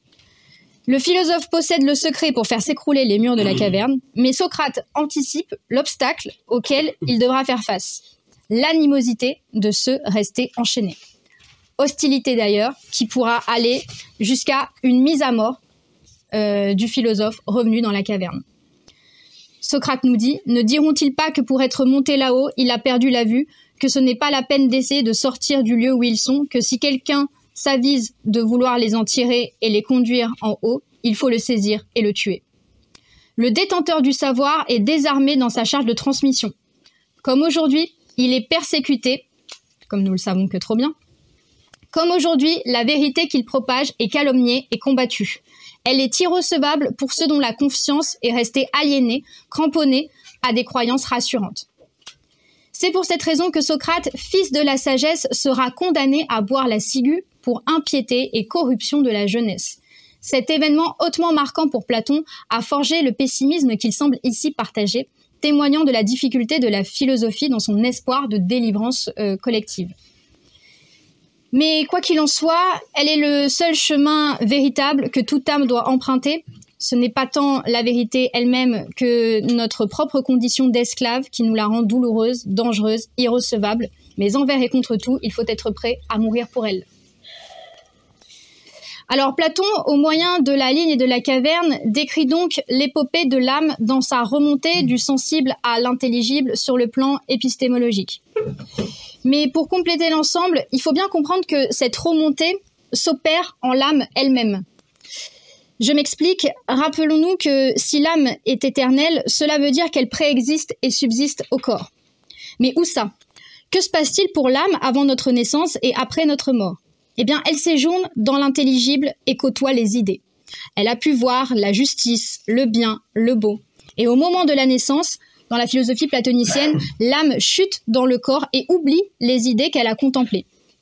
Le philosophe possède le secret pour faire s'écrouler les murs de la caverne, mais Socrate anticipe l'obstacle auquel il devra faire face. L'animosité de ceux restés enchaînés. Hostilité d'ailleurs, qui pourra aller jusqu'à une mise à mort euh, du philosophe revenu dans la caverne. Socrate nous dit, ne diront-ils pas que pour être monté là-haut, il a perdu la vue, que ce n'est pas la peine d'essayer de sortir du lieu où ils sont, que si quelqu'un s'avise de vouloir les en tirer et les conduire en haut, il faut le saisir et le tuer. Le détenteur du savoir est désarmé dans sa charge de transmission. Comme aujourd'hui, il est persécuté, comme nous le savons que trop bien. Comme aujourd'hui, la vérité qu'il propage est calomniée et combattue. Elle est irrecevable pour ceux dont la confiance est restée aliénée, cramponnée à des croyances rassurantes. C'est pour cette raison que Socrate, fils de la sagesse, sera condamné à boire la ciguë pour impiété et corruption de la jeunesse. Cet événement hautement marquant pour Platon a forgé le pessimisme qu'il semble ici partager, témoignant de la difficulté de la philosophie dans son espoir de délivrance euh, collective. Mais quoi qu'il en soit, elle est le seul chemin véritable que toute âme doit emprunter. Ce n'est pas tant la vérité elle-même que notre propre condition d'esclave qui nous la rend douloureuse, dangereuse, irrecevable. Mais envers et contre tout, il faut être prêt à mourir pour elle. Alors Platon, au moyen de la ligne et de la caverne, décrit donc l'épopée de l'âme dans sa remontée du sensible à l'intelligible sur le plan épistémologique. Mais pour compléter l'ensemble, il faut bien comprendre que cette remontée s'opère en l'âme elle-même. Je m'explique, rappelons-nous que si l'âme est éternelle, cela veut dire qu'elle préexiste et subsiste au corps. Mais où ça ? Que se passe-t-il pour l'âme avant notre naissance et après notre mort ? Eh bien, elle séjourne dans l'intelligible et côtoie les idées. Elle a pu voir la justice, le bien, le beau. Et au moment de la naissance, dans la philosophie platonicienne, l'âme chute dans le corps et oublie les idées qu'elle a contemplées.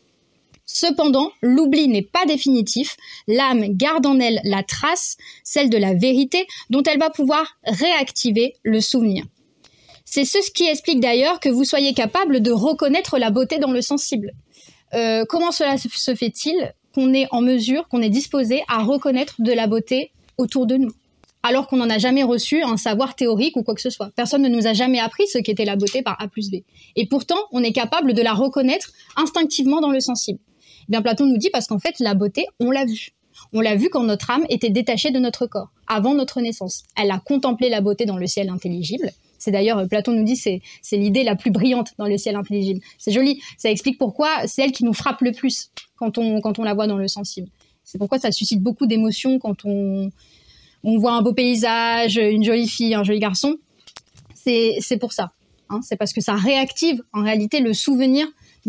Cependant, l'oubli n'est pas définitif. L'âme garde en elle la trace, celle de la vérité, dont elle va pouvoir réactiver le souvenir. C'est ce qui explique d'ailleurs que vous soyez capable de reconnaître la beauté dans le sensible. Euh, comment cela se fait-il qu'on est en mesure, qu'on est disposé à reconnaître de la beauté autour de nous, alors qu'on n'en a jamais reçu un savoir théorique ou quoi que ce soit. Personne ne nous a jamais appris ce qu'était la beauté par A plus B. Et pourtant, on est capable de la reconnaître instinctivement dans le sensible. Eh bien, Platon nous dit parce qu'en fait, la beauté, on l'a vue. On l'a vue quand notre âme était détachée de notre corps, avant notre naissance. Elle a contemplé la beauté dans le ciel intelligible. C'est d'ailleurs, Platon nous dit, c'est, c'est l'idée la plus brillante dans le ciel intelligible. C'est joli. Ça explique pourquoi c'est elle qui nous frappe le plus quand on, quand on la voit dans le sensible. C'est pourquoi ça suscite beaucoup d'émotions quand on, on voit un beau paysage, une jolie fille, un joli garçon. C'est, c'est pour ça. Hein. C'est parce que ça réactive, en réalité, le souvenir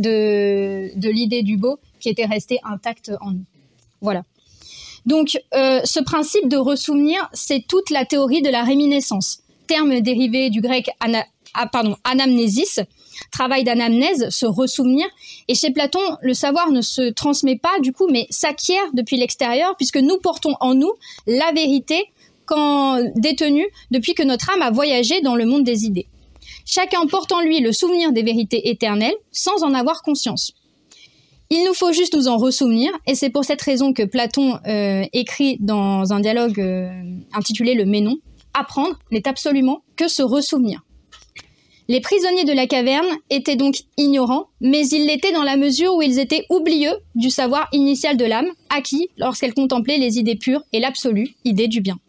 de, de l'idée du beau qui était restée intacte en nous. Voilà. Donc, euh, ce principe de ressouvenir, c'est toute la théorie de la réminiscence. Terme dérivé du grec ana, ah, pardon, anamnésis, travail d'anamnèse, se ressouvenir. Et chez Platon, le savoir ne se transmet pas du coup, mais s'acquiert depuis l'extérieur, puisque nous portons en nous la vérité quand détenue depuis que notre âme a voyagé dans le monde des idées. Chacun porte en lui le souvenir des vérités éternelles sans en avoir conscience. Il nous faut juste nous en ressouvenir, et c'est pour cette raison que Platon euh, écrit dans un dialogue euh, intitulé Le Ménon, apprendre n'est absolument que se ressouvenir. Les prisonniers de la caverne étaient donc ignorants, mais ils l'étaient dans la mesure où ils étaient oublieux du savoir initial de l'âme, acquis lorsqu'elle contemplait les idées pures et l'absolue idée du bien.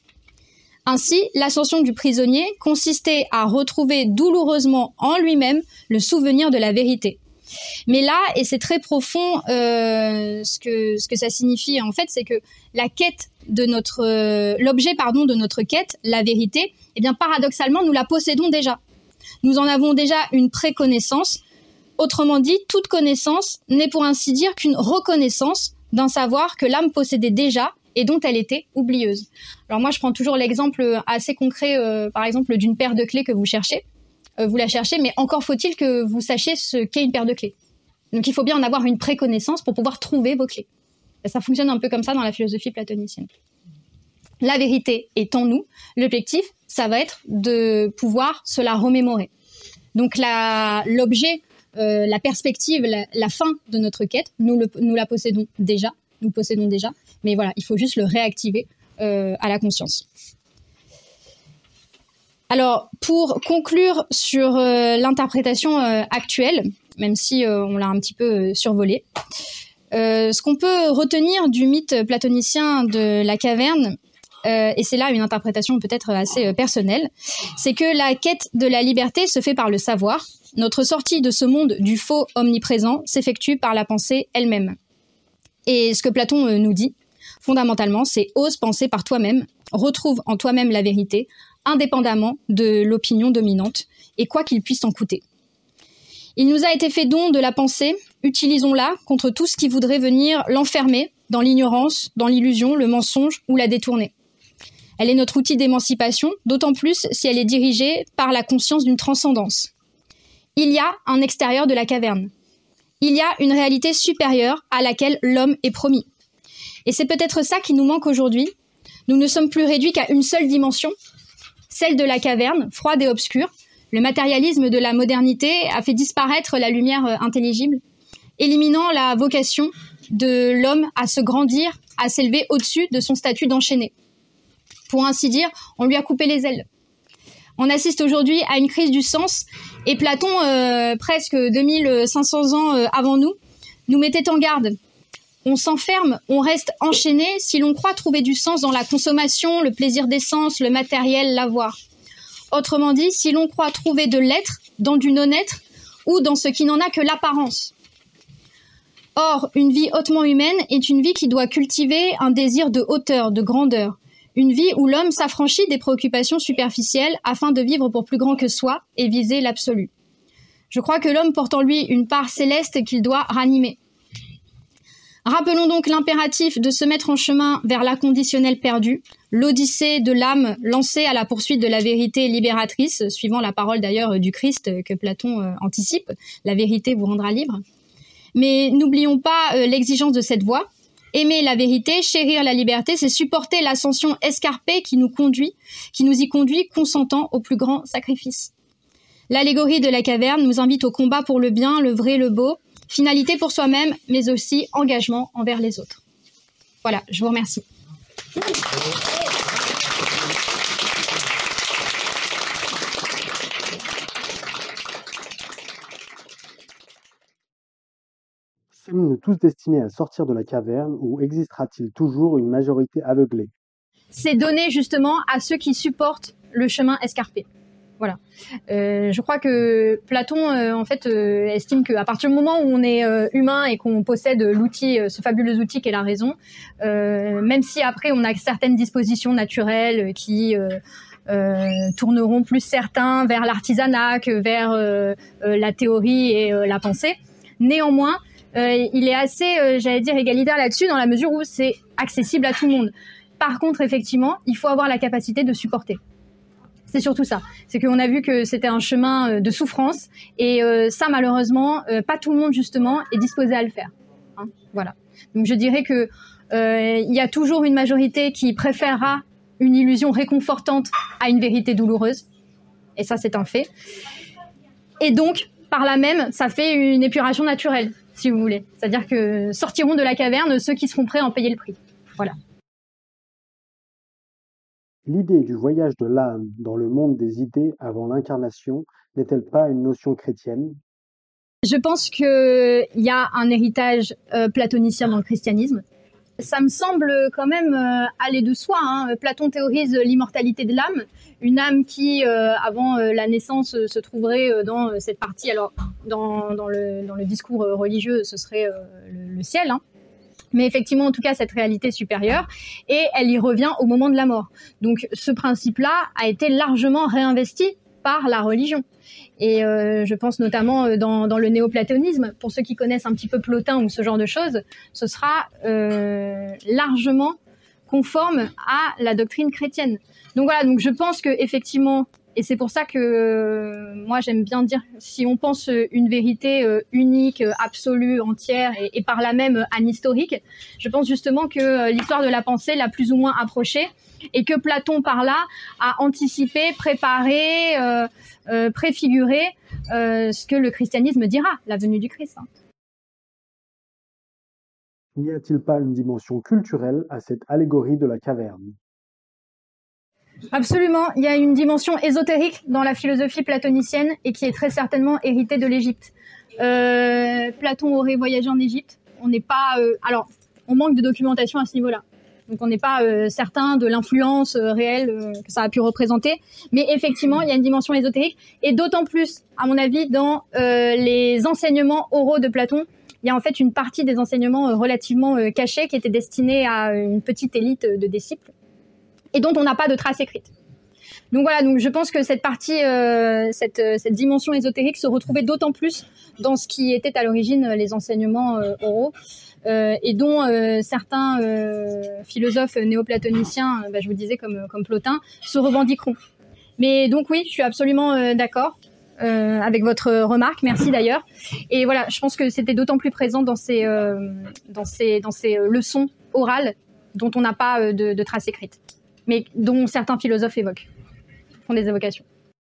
Ainsi, l'ascension du prisonnier consistait à retrouver douloureusement en lui-même le souvenir de la vérité. Mais là, et c'est très profond, euh, ce que ce que ça signifie en fait, c'est que la quête de notre, euh, l'objet pardon de notre quête, la vérité, eh bien paradoxalement, nous la possédons déjà. Nous en avons déjà une préconnaissance. Autrement dit, toute connaissance n'est pour ainsi dire qu'une reconnaissance d'un savoir que l'âme possédait déjà et dont elle était oublieuse. Alors moi, je prends toujours l'exemple assez concret, euh, par exemple, d'une paire de clés que vous cherchez. Euh, vous la cherchez, mais encore faut-il que vous sachiez ce qu'est une paire de clés. Donc il faut bien en avoir une préconnaissance pour pouvoir trouver vos clés. Et ça fonctionne un peu comme ça dans la philosophie platonicienne. La vérité est en nous. L'objectif, ça va être de pouvoir se la remémorer. Donc la, l'objet, euh, la perspective, la, la fin de notre quête, nous, le, nous la possédons déjà. Nous le possédons déjà. Mais voilà, il faut juste le réactiver euh, à la conscience. Alors, pour conclure sur euh, l'interprétation euh, actuelle, même si euh, on l'a un petit peu euh, survolée, euh, ce qu'on peut retenir du mythe platonicien de la caverne, euh, et c'est là une interprétation peut-être assez euh, personnelle, c'est que la quête de la liberté se fait par le savoir. Notre sortie de ce monde du faux omniprésent s'effectue par la pensée elle-même. Et ce que Platon euh, nous dit, fondamentalement, c'est « ose penser par toi-même, retrouve en toi-même la vérité », indépendamment de l'opinion dominante, et quoi qu'il puisse en coûter. Il nous a été fait don de la pensée, utilisons-la contre tout ce qui voudrait venir l'enfermer dans l'ignorance, dans l'illusion, le mensonge ou la détourner. Elle est notre outil d'émancipation, d'autant plus si elle est dirigée par la conscience d'une transcendance. Il y a un extérieur de la caverne. Il y a une réalité supérieure à laquelle l'homme est promis. Et c'est peut-être ça qui nous manque aujourd'hui. Nous ne sommes plus réduits qu'à une seule dimension, celle de la caverne, froide et obscure. Le matérialisme de la modernité a fait disparaître la lumière intelligible, éliminant la vocation de l'homme à se grandir, à s'élever au-dessus de son statut d'enchaîné. Pour ainsi dire, on lui a coupé les ailes. On assiste aujourd'hui à une crise du sens, et Platon, euh, presque deux mille cinq cents ans euh, avant nous, nous mettait en garde. On s'enferme, on reste enchaîné si l'on croit trouver du sens dans la consommation, le plaisir des sens, le matériel, l'avoir. Autrement dit, si l'on croit trouver de l'être dans du non-être ou dans ce qui n'en a que l'apparence. Or, une vie hautement humaine est une vie qui doit cultiver un désir de hauteur, de grandeur. Une vie où l'homme s'affranchit des préoccupations superficielles afin de vivre pour plus grand que soi et viser l'absolu. Je crois que l'homme porte en lui une part céleste qu'il doit ranimer. Rappelons donc l'impératif de se mettre en chemin vers l'inconditionnel perdu, l'odyssée de l'âme lancée à la poursuite de la vérité libératrice, suivant la parole d'ailleurs du Christ que Platon euh, anticipe, la vérité vous rendra libre. Mais n'oublions pas euh, l'exigence de cette voie. Aimer la vérité, chérir la liberté, c'est supporter l'ascension escarpée qui nous conduit, qui nous y conduit, consentant au plus grand sacrifice. L'allégorie de la caverne nous invite au combat pour le bien, le vrai, le beau, finalité pour soi-même, mais aussi engagement envers les autres. Voilà, je vous remercie. Sommes-nous tous destinés à sortir de la caverne ou existera-t-il toujours une majorité aveuglée? C'est donné justement à ceux qui supportent le chemin escarpé. Voilà. Euh, je crois que Platon, euh, en fait, euh, estime qu'à partir du moment où on est euh, humain et qu'on possède l'outil, euh, ce fabuleux outil qu'est la raison, euh, même si après on a certaines dispositions naturelles qui euh, euh, tourneront plus certains vers l'artisanat que vers euh, euh, la théorie et euh, la pensée, néanmoins, Euh, il est assez, euh, j'allais dire, égalitaire là-dessus, dans la mesure où c'est accessible à tout le monde. Par contre, effectivement, il faut avoir la capacité de supporter. C'est surtout ça. C'est qu'on a vu que c'était un chemin de souffrance, et euh, ça, malheureusement, euh, pas tout le monde, justement, est disposé à le faire. Hein, voilà. Donc, je dirais que euh, il y a toujours une majorité qui préférera une illusion réconfortante à une vérité douloureuse. Et ça, c'est un fait. Et donc, par là même, ça fait une épuration naturelle, si vous voulez. C'est-à-dire que sortiront de la caverne ceux qui seront prêts à en payer le prix. Voilà. L'idée du voyage de l'âme dans le monde des idées avant l'incarnation n'est-elle pas une notion chrétienne? Je pense qu'il y a un héritage euh, platonicien dans le christianisme. Ça me semble quand même euh, aller de soi. Hein. Platon théorise l'immortalité de l'âme, une âme qui, euh, avant euh, la naissance, euh, se trouverait euh, dans euh, cette partie. Alors, dans, dans, le, dans le discours euh, religieux, ce serait euh, le, le ciel, hein. Mais effectivement, en tout cas, cette réalité supérieure, et elle y revient au moment de la mort. Donc, ce principe-là a été largement réinvesti par la religion. Et euh, je pense notamment dans, dans le néoplatonisme. Pour ceux qui connaissent un petit peu Plotin ou ce genre de choses, ce sera euh, largement conforme à la doctrine chrétienne. Donc voilà, donc je pense que effectivement, et c'est pour ça que euh, moi j'aime bien dire, si on pense une vérité euh, unique, absolue, entière, et, et par là même anhistorique, je pense justement que euh, l'histoire de la pensée l'a plus ou moins approchée, et que Platon par là a anticipé, préparé, euh, euh, préfiguré euh, ce que le christianisme dira, la venue du Christ. Hein. N'y a-t-il pas une dimension culturelle à cette allégorie de la caverne? Absolument, il y a une dimension ésotérique dans la philosophie platonicienne et qui est très certainement héritée de l'Égypte. Euh, Platon aurait voyagé en Égypte. On n'est pas, euh, alors, on manque de documentation à ce niveau-là. Donc on n'est pas euh, certain de l'influence euh, réelle euh, que ça a pu représenter. Mais effectivement, il y a une dimension ésotérique. Et d'autant plus, à mon avis, dans euh, les enseignements oraux de Platon, il y a en fait une partie des enseignements euh, relativement euh, cachés qui étaient destinés à une petite élite de disciples et dont on n'a pas de traces écrites. Donc voilà, donc je pense que cette partie, euh, cette, cette dimension ésotérique se retrouvait d'autant plus dans ce qui était à l'origine les enseignements euh, oraux, euh, et dont euh, certains euh, philosophes néoplatoniciens, euh, bah, je vous disais comme, comme Plotin, se revendiqueront. Mais donc oui, je suis absolument euh, d'accord euh, avec votre remarque, merci d'ailleurs. Et voilà, je pense que c'était d'autant plus présent dans ces, euh, dans ces, dans ces leçons orales dont on n'a pas euh, de, de traces écrites, mais dont certains philosophes évoquent, font des évocations.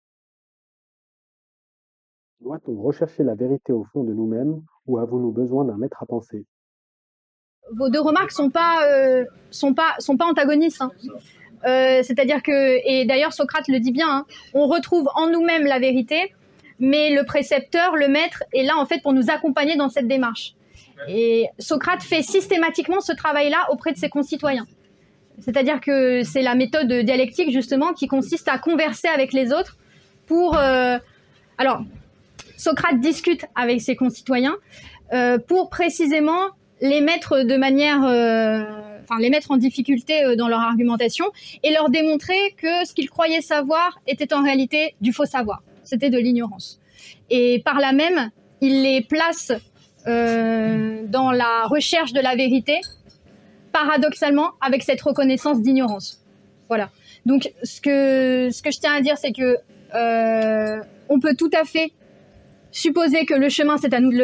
Doit-on rechercher la vérité au fond de nous-mêmes ou avons-nous besoin d'un maître à penser? Vos deux remarques sont pas euh, sont pas sont pas antagonistes. Hein. Euh, c'est-à-dire que, et d'ailleurs Socrate le dit bien, hein, on retrouve en nous-mêmes la vérité, mais le précepteur, le maître, est là en fait pour nous accompagner dans cette démarche. Et Socrate fait systématiquement ce travail-là auprès de ses concitoyens. C'est-à-dire que c'est la méthode dialectique, justement, qui consiste à converser avec les autres pour... Euh... Alors, Socrate discute avec ses concitoyens euh, pour précisément les mettre de manière... Euh... Enfin, les mettre en difficulté dans leur argumentation et leur démontrer que ce qu'ils croyaient savoir était en réalité du faux savoir. C'était de l'ignorance. Et par là même, il les place euh, dans la recherche de la vérité, paradoxalement, avec cette reconnaissance d'ignorance. Voilà. Donc, ce que, ce que je tiens à dire, c'est que euh, on peut tout à fait supposer que le chemin, c'est à nous de le faire,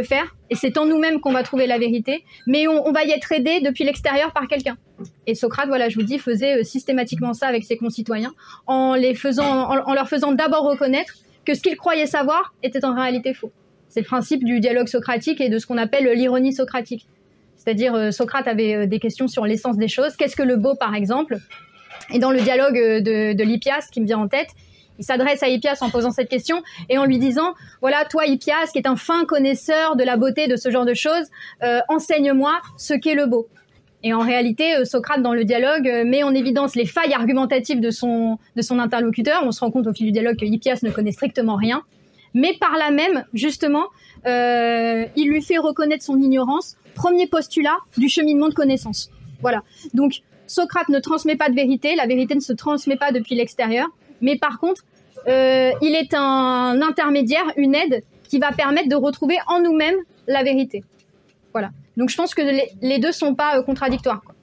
et c'est en nous-mêmes qu'on va trouver la vérité, mais on, on va y être aidé depuis l'extérieur par quelqu'un. Et Socrate, voilà, je vous dis, faisait systématiquement ça avec ses concitoyens, en les faisant, en, en leur faisant d'abord reconnaître que ce qu'ils croyaient savoir était en réalité faux. C'est le principe du dialogue socratique et de ce qu'on appelle l'ironie socratique. C'est-à-dire, euh, Socrate avait euh, des questions sur l'essence des choses. Qu'est-ce que le beau, par exemple? Et dans le dialogue de, de l'Hippias, qui me vient en tête, il s'adresse à Hippias en posant cette question et en lui disant, voilà, toi, Hippias, qui est un fin connaisseur de la beauté, de ce genre de choses, euh, enseigne-moi ce qu'est le beau. Et en réalité, euh, Socrate, dans le dialogue, euh, met en évidence les failles argumentatives de son, de son interlocuteur. On se rend compte au fil du dialogue que Hippias ne connaît strictement rien. Mais par là même, justement, euh, il lui fait reconnaître son ignorance. Premier postulat du cheminement de connaissance. Voilà. Donc, Socrate ne transmet pas de vérité. La vérité ne se transmet pas depuis l'extérieur. Mais par contre, euh, il est un intermédiaire, une aide qui va permettre de retrouver en nous-mêmes la vérité. Voilà. Donc, je pense que les, les deux sont pas euh, contradictoires, quoi.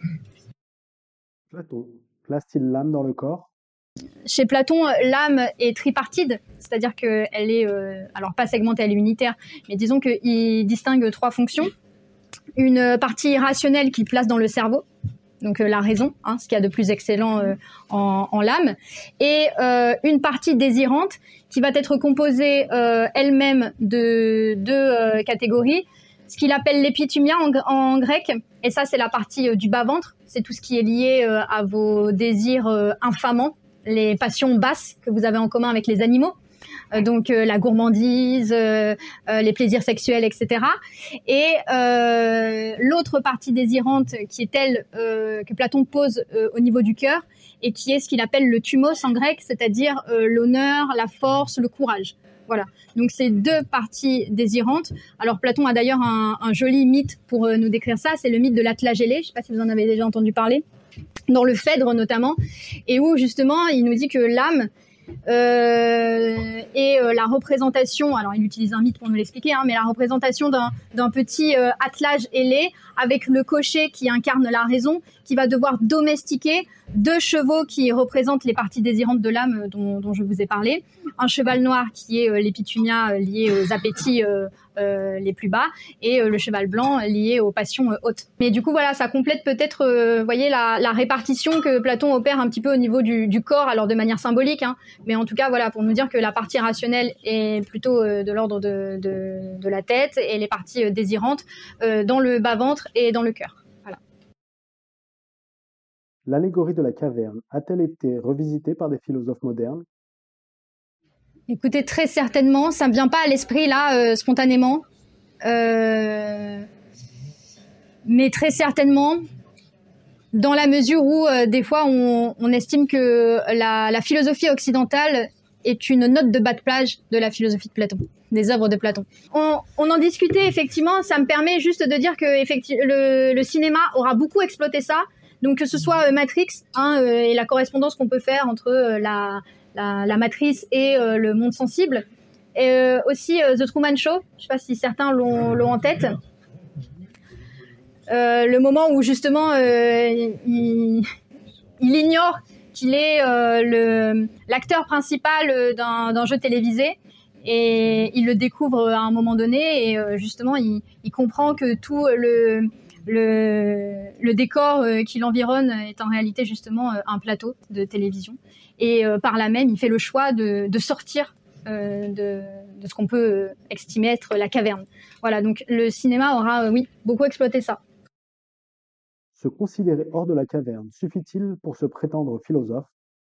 Platon, place-t-il l'âme dans le corps? Chez Platon, l'âme est tripartite, c'est-à-dire qu'elle est, euh, alors pas segmentée, elle est unitaire, mais disons qu'il distingue trois fonctions. Une partie rationnelle qu'il place dans le cerveau, donc euh, la raison, hein, ce qu'il y a de plus excellent euh, en, en l'âme, et euh, une partie désirante qui va être composée euh, elle-même de deux euh, catégories, ce qu'il appelle l'épithumia en, en grec, et ça c'est la partie euh, du bas-ventre, c'est tout ce qui est lié euh, à vos désirs euh, infamants, les passions basses que vous avez en commun avec les animaux, euh, donc euh, la gourmandise, euh, euh, les plaisirs sexuels, et cetera. Et euh, l'autre partie désirante qui est telle euh, que Platon pose euh, au niveau du cœur et qui est ce qu'il appelle le thumos en grec, c'est-à-dire euh, l'honneur, la force, le courage. Voilà. Donc c'est deux parties désirantes. Alors Platon a d'ailleurs un, un joli mythe pour euh, nous décrire ça, c'est le mythe de l'Atlagélé. Je ne sais pas si vous en avez déjà entendu parler. Dans le Phèdre notamment, et où justement il nous dit que l'âme euh, est euh, la représentation, alors il utilise un mythe pour nous l'expliquer, hein, mais la représentation d'un, d'un petit euh, attelage ailé avec le cocher qui incarne la raison, qui va devoir domestiquer deux chevaux qui représentent les parties désirantes de l'âme dont, dont je vous ai parlé, un cheval noir qui est euh, l'épithumia lié aux appétits euh, euh, les plus bas et euh, le cheval blanc lié aux passions euh, hautes. Mais du coup voilà, ça complète peut-être, euh, voyez la, la répartition que Platon opère un petit peu au niveau du, du corps, alors de manière symbolique, hein, mais en tout cas voilà pour nous dire que la partie rationnelle est plutôt euh, de l'ordre de, de, de la tête et les parties euh, désirantes euh, dans le bas-ventre et dans le cœur. L'allégorie de la caverne a-t-elle été revisitée par des philosophes modernes? Écoutez, très certainement, ça me vient pas à l'esprit là, euh, spontanément. Euh... Mais très certainement, dans la mesure où euh, des fois on, on estime que la, la philosophie occidentale est une note de bas de plage de la philosophie de Platon, des œuvres de Platon. On, on en discutait effectivement, ça me permet juste de dire que effectivement, le, le cinéma aura beaucoup exploité ça. Donc que ce soit euh, Matrix hein, euh, et la correspondance qu'on peut faire entre euh, la, la, la matrice et euh, le monde sensible, et euh, aussi euh, The Truman Show, je ne sais pas si certains l'ont, l'ont en tête, euh, le moment où justement euh, il, il ignore qu'il est euh, le, l'acteur principal d'un, d'un jeu télévisé et il le découvre à un moment donné et euh, justement il, il comprend que tout le... Le, le décor euh, qui l'environne est en réalité justement euh, un plateau de télévision et euh, par là même il fait le choix de, de sortir euh, de, de ce qu'on peut estimer être la caverne. Voilà, donc le cinéma aura euh, oui beaucoup exploité ça. Se considérer hors de la caverne suffit-il pour se prétendre philosophe?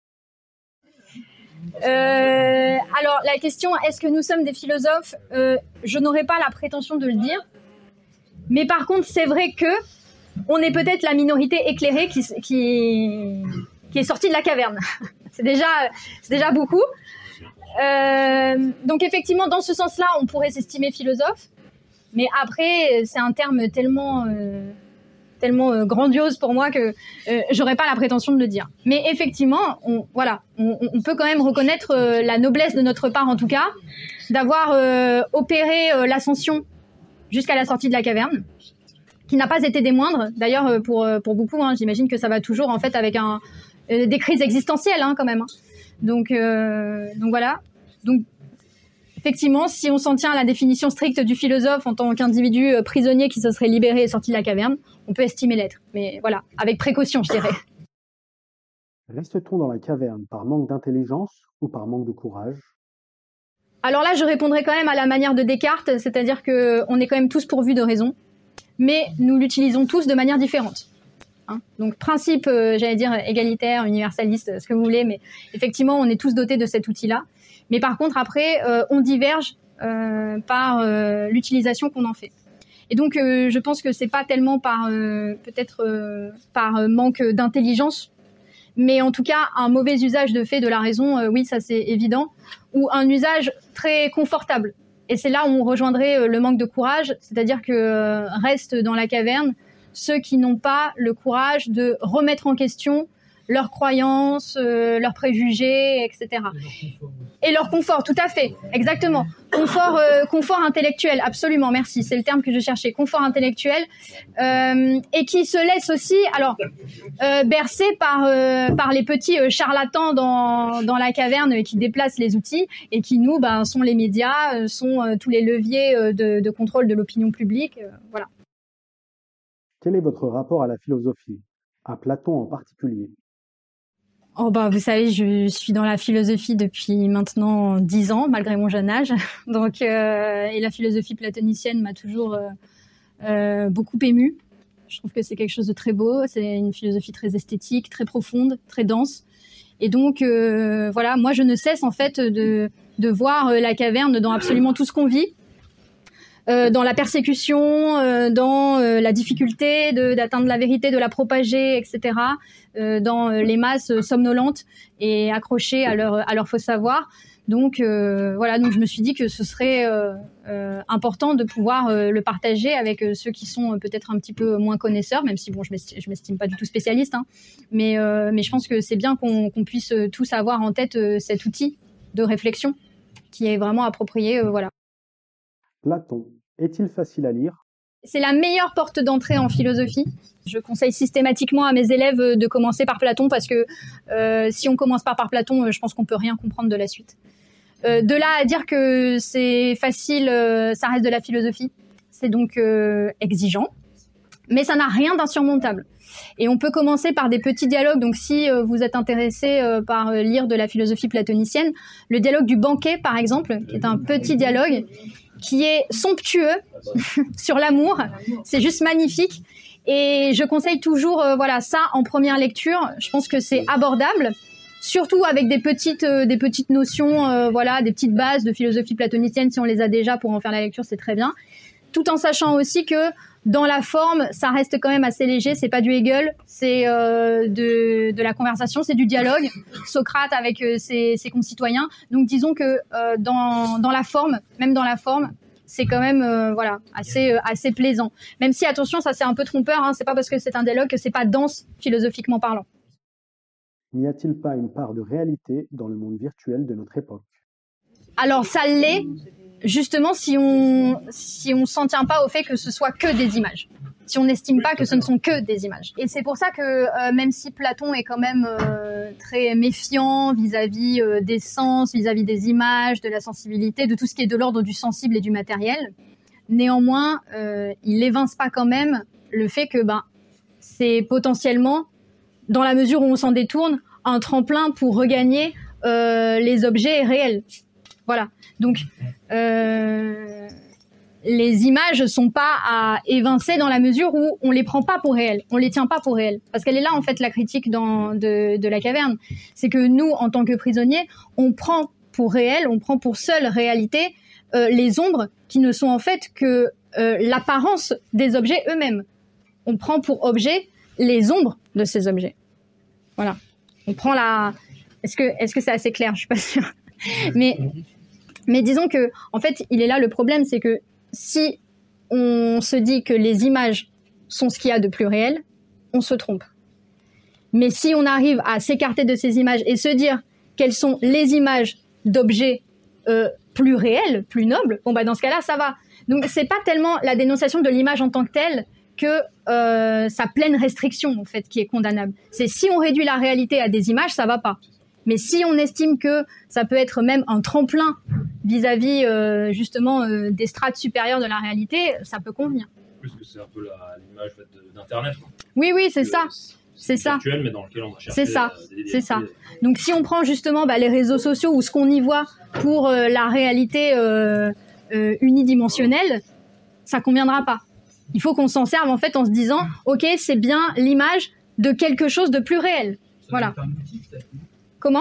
Euh, alors la question est-ce que nous sommes des philosophes, euh, je n'aurais pas la prétention de le dire. Mais par contre, c'est vrai que on est peut-être la minorité éclairée qui, qui, qui est sortie de la caverne. c'est déjà, c'est déjà beaucoup. Euh, donc effectivement, dans ce sens-là, on pourrait s'estimer philosophe. Mais après, c'est un terme tellement, euh, tellement euh, grandiose pour moi que euh, j'aurais pas la prétention de le dire. Mais effectivement, on, voilà, on, on peut quand même reconnaître euh, la noblesse de notre part, en tout cas, d'avoir euh, opéré euh, l'ascension jusqu'à la sortie de la caverne, qui n'a pas été des moindres. D'ailleurs, pour, pour beaucoup, hein, j'imagine que ça va toujours en fait avec un, des crises existentielles hein, quand même. Hein. Donc, euh, donc voilà. Donc, Effectivement, si on s'en tient à la définition stricte du philosophe en tant qu'individu prisonnier qui se serait libéré et sorti de la caverne, on peut estimer l'être. Mais voilà, avec précaution, je dirais. Reste-t-on dans la caverne par manque d'intelligence ou par manque de courage ? Alors là, je répondrai quand même à la manière de Descartes, c'est-à-dire qu'on est quand même tous pourvus de raison, mais nous l'utilisons tous de manière différente. Hein, donc principe, euh, j'allais dire, égalitaire, universaliste, ce que vous voulez, mais effectivement, on est tous dotés de cet outil-là. Mais par contre, après, euh, on diverge euh, par euh, l'utilisation qu'on en fait. Et donc, euh, je pense que c'est pas tellement par euh, peut-être euh, par manque d'intelligence, mais en tout cas, un mauvais usage de fait de la raison, euh, oui, ça c'est évident, ou un usage très confortable. Et c'est là où on rejoindrait euh, le manque de courage, c'est-à-dire que euh, restent dans la caverne ceux qui n'ont pas le courage de remettre en question leurs croyances, euh, leurs préjugés, et cetera. Et leur confort, tout à fait, exactement. Confort, euh, confort intellectuel, absolument, merci, c'est le terme que je cherchais, confort intellectuel, euh, et qui se laisse aussi, alors, euh, bercer par euh, par les petits euh, charlatans dans dans la caverne euh, qui déplacent les outils et qui nous, ben, sont les médias, euh, sont euh, tous les leviers euh, de, de contrôle de l'opinion publique, euh, voilà. Quel est votre rapport à la philosophie, à Platon en particulier ? Oh bah vous savez, je suis dans la philosophie depuis maintenant dix ans, malgré mon jeune âge. Donc euh, et la philosophie platonicienne m'a toujours euh, euh, beaucoup émue. Je trouve que c'est quelque chose de très beau. C'est une philosophie très esthétique, très profonde, très dense. Et donc euh, voilà, moi je ne cesse en fait de de voir la caverne dans absolument tout ce qu'on vit. Euh, dans la persécution, euh, dans euh, la difficulté de, d'atteindre la vérité, de la propager, et cetera. Euh, dans euh, les masses somnolentes et accrochées à leur à leur faux savoir. Donc euh, voilà, donc je me suis dit que ce serait euh, euh, important de pouvoir euh, le partager avec euh, ceux qui sont euh, peut-être un petit peu moins connaisseurs, même si bon, je m'estime, je m'estime pas du tout spécialiste, hein, mais euh, mais je pense que c'est bien qu'on, qu'on puisse tous avoir en tête euh, cet outil de réflexion qui est vraiment approprié, euh, voilà. Platon, est-il facile à lire ? C'est la meilleure porte d'entrée en philosophie. Je conseille systématiquement à mes élèves de commencer par Platon parce que euh, si on commence pas par Platon, je pense qu'on peut rien comprendre de la suite. Euh, de là à dire que c'est facile, euh, ça reste de la philosophie. C'est donc euh, exigeant, mais ça n'a rien d'insurmontable. Et on peut commencer par des petits dialogues. Donc si euh, vous êtes intéressé euh, par euh, lire de la philosophie platonicienne, le dialogue du banquet, par exemple, qui est un petit dialogue qui est somptueux sur l'amour. C'est juste magnifique. Et je conseille toujours euh, voilà ça en première lecture. Je pense que c'est abordable, surtout avec des petites euh, des petites notions, euh, voilà, des petites bases de philosophie platonicienne. Si on les a déjà pour en faire la lecture, c'est très bien. Tout en sachant aussi que dans la forme, ça reste quand même assez léger. C'est pas du Hegel, c'est euh, de de la conversation, c'est du dialogue. Socrate avec euh, ses, ses concitoyens. Donc disons que euh, dans dans la forme, même dans la forme, c'est quand même euh, voilà assez euh, assez plaisant. Même si attention, ça c'est un peu trompeur. Hein, c'est pas parce que c'est un dialogue que c'est pas dense philosophiquement parlant. N'y a-t-il pas une part de réalité dans le monde virtuel de notre époque ? Alors ça l'est. Justement, si on si on s'en tient pas au fait que ce soit que des images, si on n'estime pas que ce ne sont que des images. Et c'est pour ça que euh, même si Platon est quand même euh, très méfiant vis-à-vis euh, des sens, vis-à-vis des images, de la sensibilité, de tout ce qui est de l'ordre du sensible et du matériel, néanmoins, euh, il évince pas quand même le fait que ben c'est potentiellement, dans la mesure où on s'en détourne, un tremplin pour regagner euh, les objets réels. Voilà. Donc, euh, les images sont pas à évincer dans la mesure où on les prend pas pour réelles, on les tient pas pour réelles. Parce qu'elle est là, en fait, la critique dans, de, de la caverne. C'est que nous, en tant que prisonniers, on prend pour réel, on prend pour seule réalité euh, les ombres qui ne sont en fait que euh, l'apparence des objets eux-mêmes. On prend pour objet les ombres de ces objets. Voilà. On prend la... Est-ce que, est-ce que c'est assez clair ? Je suis pas sûre. Mais... Mais disons que, en fait, il est là le problème, c'est que si on se dit que les images sont ce qu'il y a de plus réel, on se trompe. Mais si on arrive à s'écarter de ces images et se dire quelles sont les images d'objets euh, plus réels, plus nobles, bon bah dans ce cas-là, ça va. Donc c'est pas tellement la dénonciation de l'image en tant que telle que euh, sa pleine restriction en fait qui est condamnable. C'est si on réduit la réalité à des images, ça va pas. Mais si on estime que ça peut être même un tremplin vis-à-vis euh, justement euh, des strates supérieures de la réalité, ça peut convenir. Plus que c'est un peu l'image d'Internet. Quoi. Oui, oui, c'est ça. C'est ça. Virtuel, mais dans lequel on va chercher. C'est ça. Des, des, c'est ça. des... Donc, si on prend justement bah, les réseaux sociaux ou ce qu'on y voit pour euh, la réalité euh, euh, unidimensionnelle, ça conviendra pas. Il faut qu'on s'en serve en fait en se disant, ok, c'est bien l'image de quelque chose de plus réel. Ça voilà. Un outil, Comment ?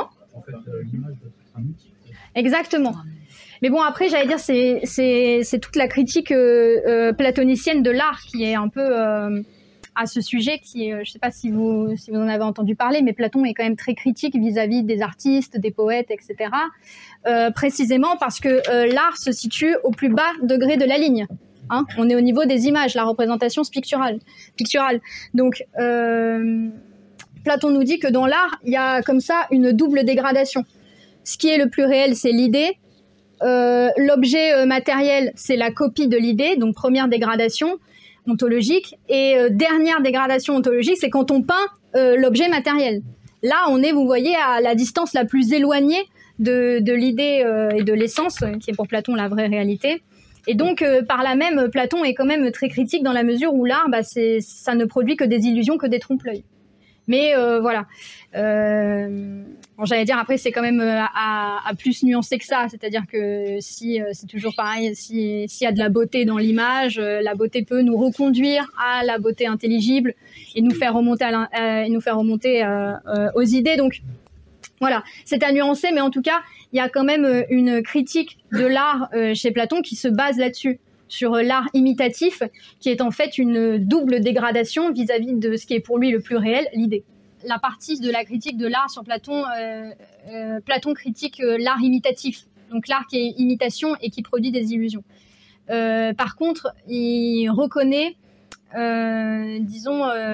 En fait, euh, l'image doit être un outil. Exactement. Mais bon, après, j'allais dire, c'est c'est c'est toute la critique euh, euh, platonicienne de l'art qui est un peu euh, à ce sujet, qui est, je sais pas si vous si vous en avez entendu parler, mais Platon est quand même très critique vis-à-vis des artistes, des poètes, et cetera. Euh, précisément parce que euh, l'art se situe au plus bas degré de la ligne. Hein, on est au niveau des images, la représentation picturale. picturale. Donc, euh, Platon nous dit que dans l'art, il y a comme ça une double dégradation. Ce qui est le plus réel, c'est l'idée. Euh, l'objet euh, matériel, c'est la copie de l'idée, donc première dégradation ontologique. Et euh, dernière dégradation ontologique, c'est quand on peint euh, l'objet matériel. Là, on est, vous voyez, à la distance la plus éloignée de, de l'idée euh, et de l'essence, qui est pour Platon la vraie réalité. Et donc, euh, par là même, Platon est quand même très critique dans la mesure où l'art, bah, c'est, ça ne produit que des illusions, que des trompe-l'œil. Mais euh, voilà. Euh, bon, j'allais dire, après, c'est quand même à, à plus nuancé que ça. C'est-à-dire que si c'est toujours pareil, si, s'il y a de la beauté dans l'image, la beauté peut nous reconduire à la beauté intelligible et nous faire remonter, à euh, et nous faire remonter euh, euh, aux idées. Donc, voilà, c'est à nuancer, mais en tout cas, il y a quand même une critique de l'art euh, chez Platon qui se base là-dessus, sur l'art imitatif, qui est en fait une double dégradation vis-à-vis de ce qui est pour lui le plus réel, l'idée. La partie de la critique de l'art sur Platon, euh, euh, Platon critique euh, l'art imitatif, donc l'art qui est imitation et qui produit des illusions. Euh, par contre, il reconnaît, euh, disons, euh,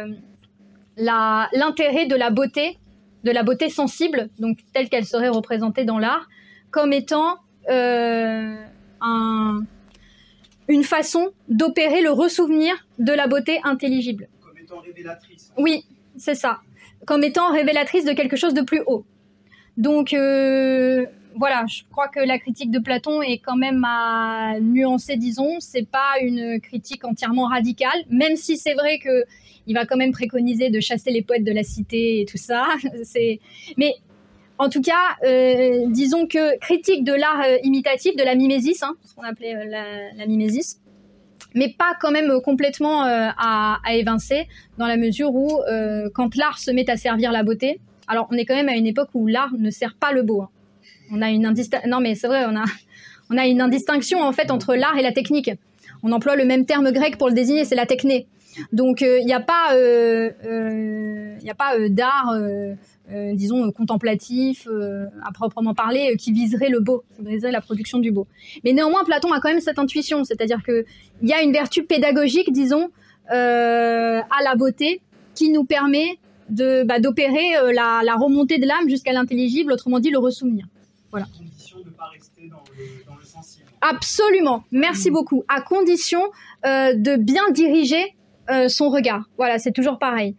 la, l'intérêt de la beauté, de la beauté sensible, donc telle qu'elle serait représentée dans l'art, comme étant euh, un... une façon d'opérer le ressouvenir de la beauté intelligible. Comme étant révélatrice. Oui, c'est ça. Comme étant révélatrice de quelque chose de plus haut. Donc, euh, voilà, je crois que la critique de Platon est quand même à nuancer, disons. C'est pas une critique entièrement radicale, même si c'est vrai que il va quand même préconiser de chasser les poètes de la cité et tout ça. C'est... Mais... En tout cas, euh, disons que critique de l'art euh, imitatif, de la mimésis, hein, ce qu'on appelait euh, la, la mimésis, mais pas quand même euh, complètement euh, à, à évincer, dans la mesure où euh, quand l'art se met à servir la beauté, alors on est quand même à une époque où l'art ne sert pas le beau. Hein. On a une indistinction, non mais c'est vrai, on a, on a une indistinction en fait entre l'art et la technique. On emploie le même terme grec pour le désigner, c'est la techné. Donc il euh, n'y a pas, euh, euh, y a pas euh, d'art. Euh, Euh, disons, contemplatif, euh, à proprement parler, euh, qui viserait le beau, qui viserait la production du beau. Mais néanmoins, Platon a quand même cette intuition, c'est-à-dire qu'il y a une vertu pédagogique, disons, euh, à la beauté, qui nous permet de, bah, d'opérer euh, la, la remontée de l'âme jusqu'à l'intelligible, autrement dit, le ressouvenir. Voilà. À condition de ne pas rester dans le, dans le sensible. Absolument, merci mmh. beaucoup. À condition euh, de bien diriger euh, son regard. Voilà, c'est toujours pareil.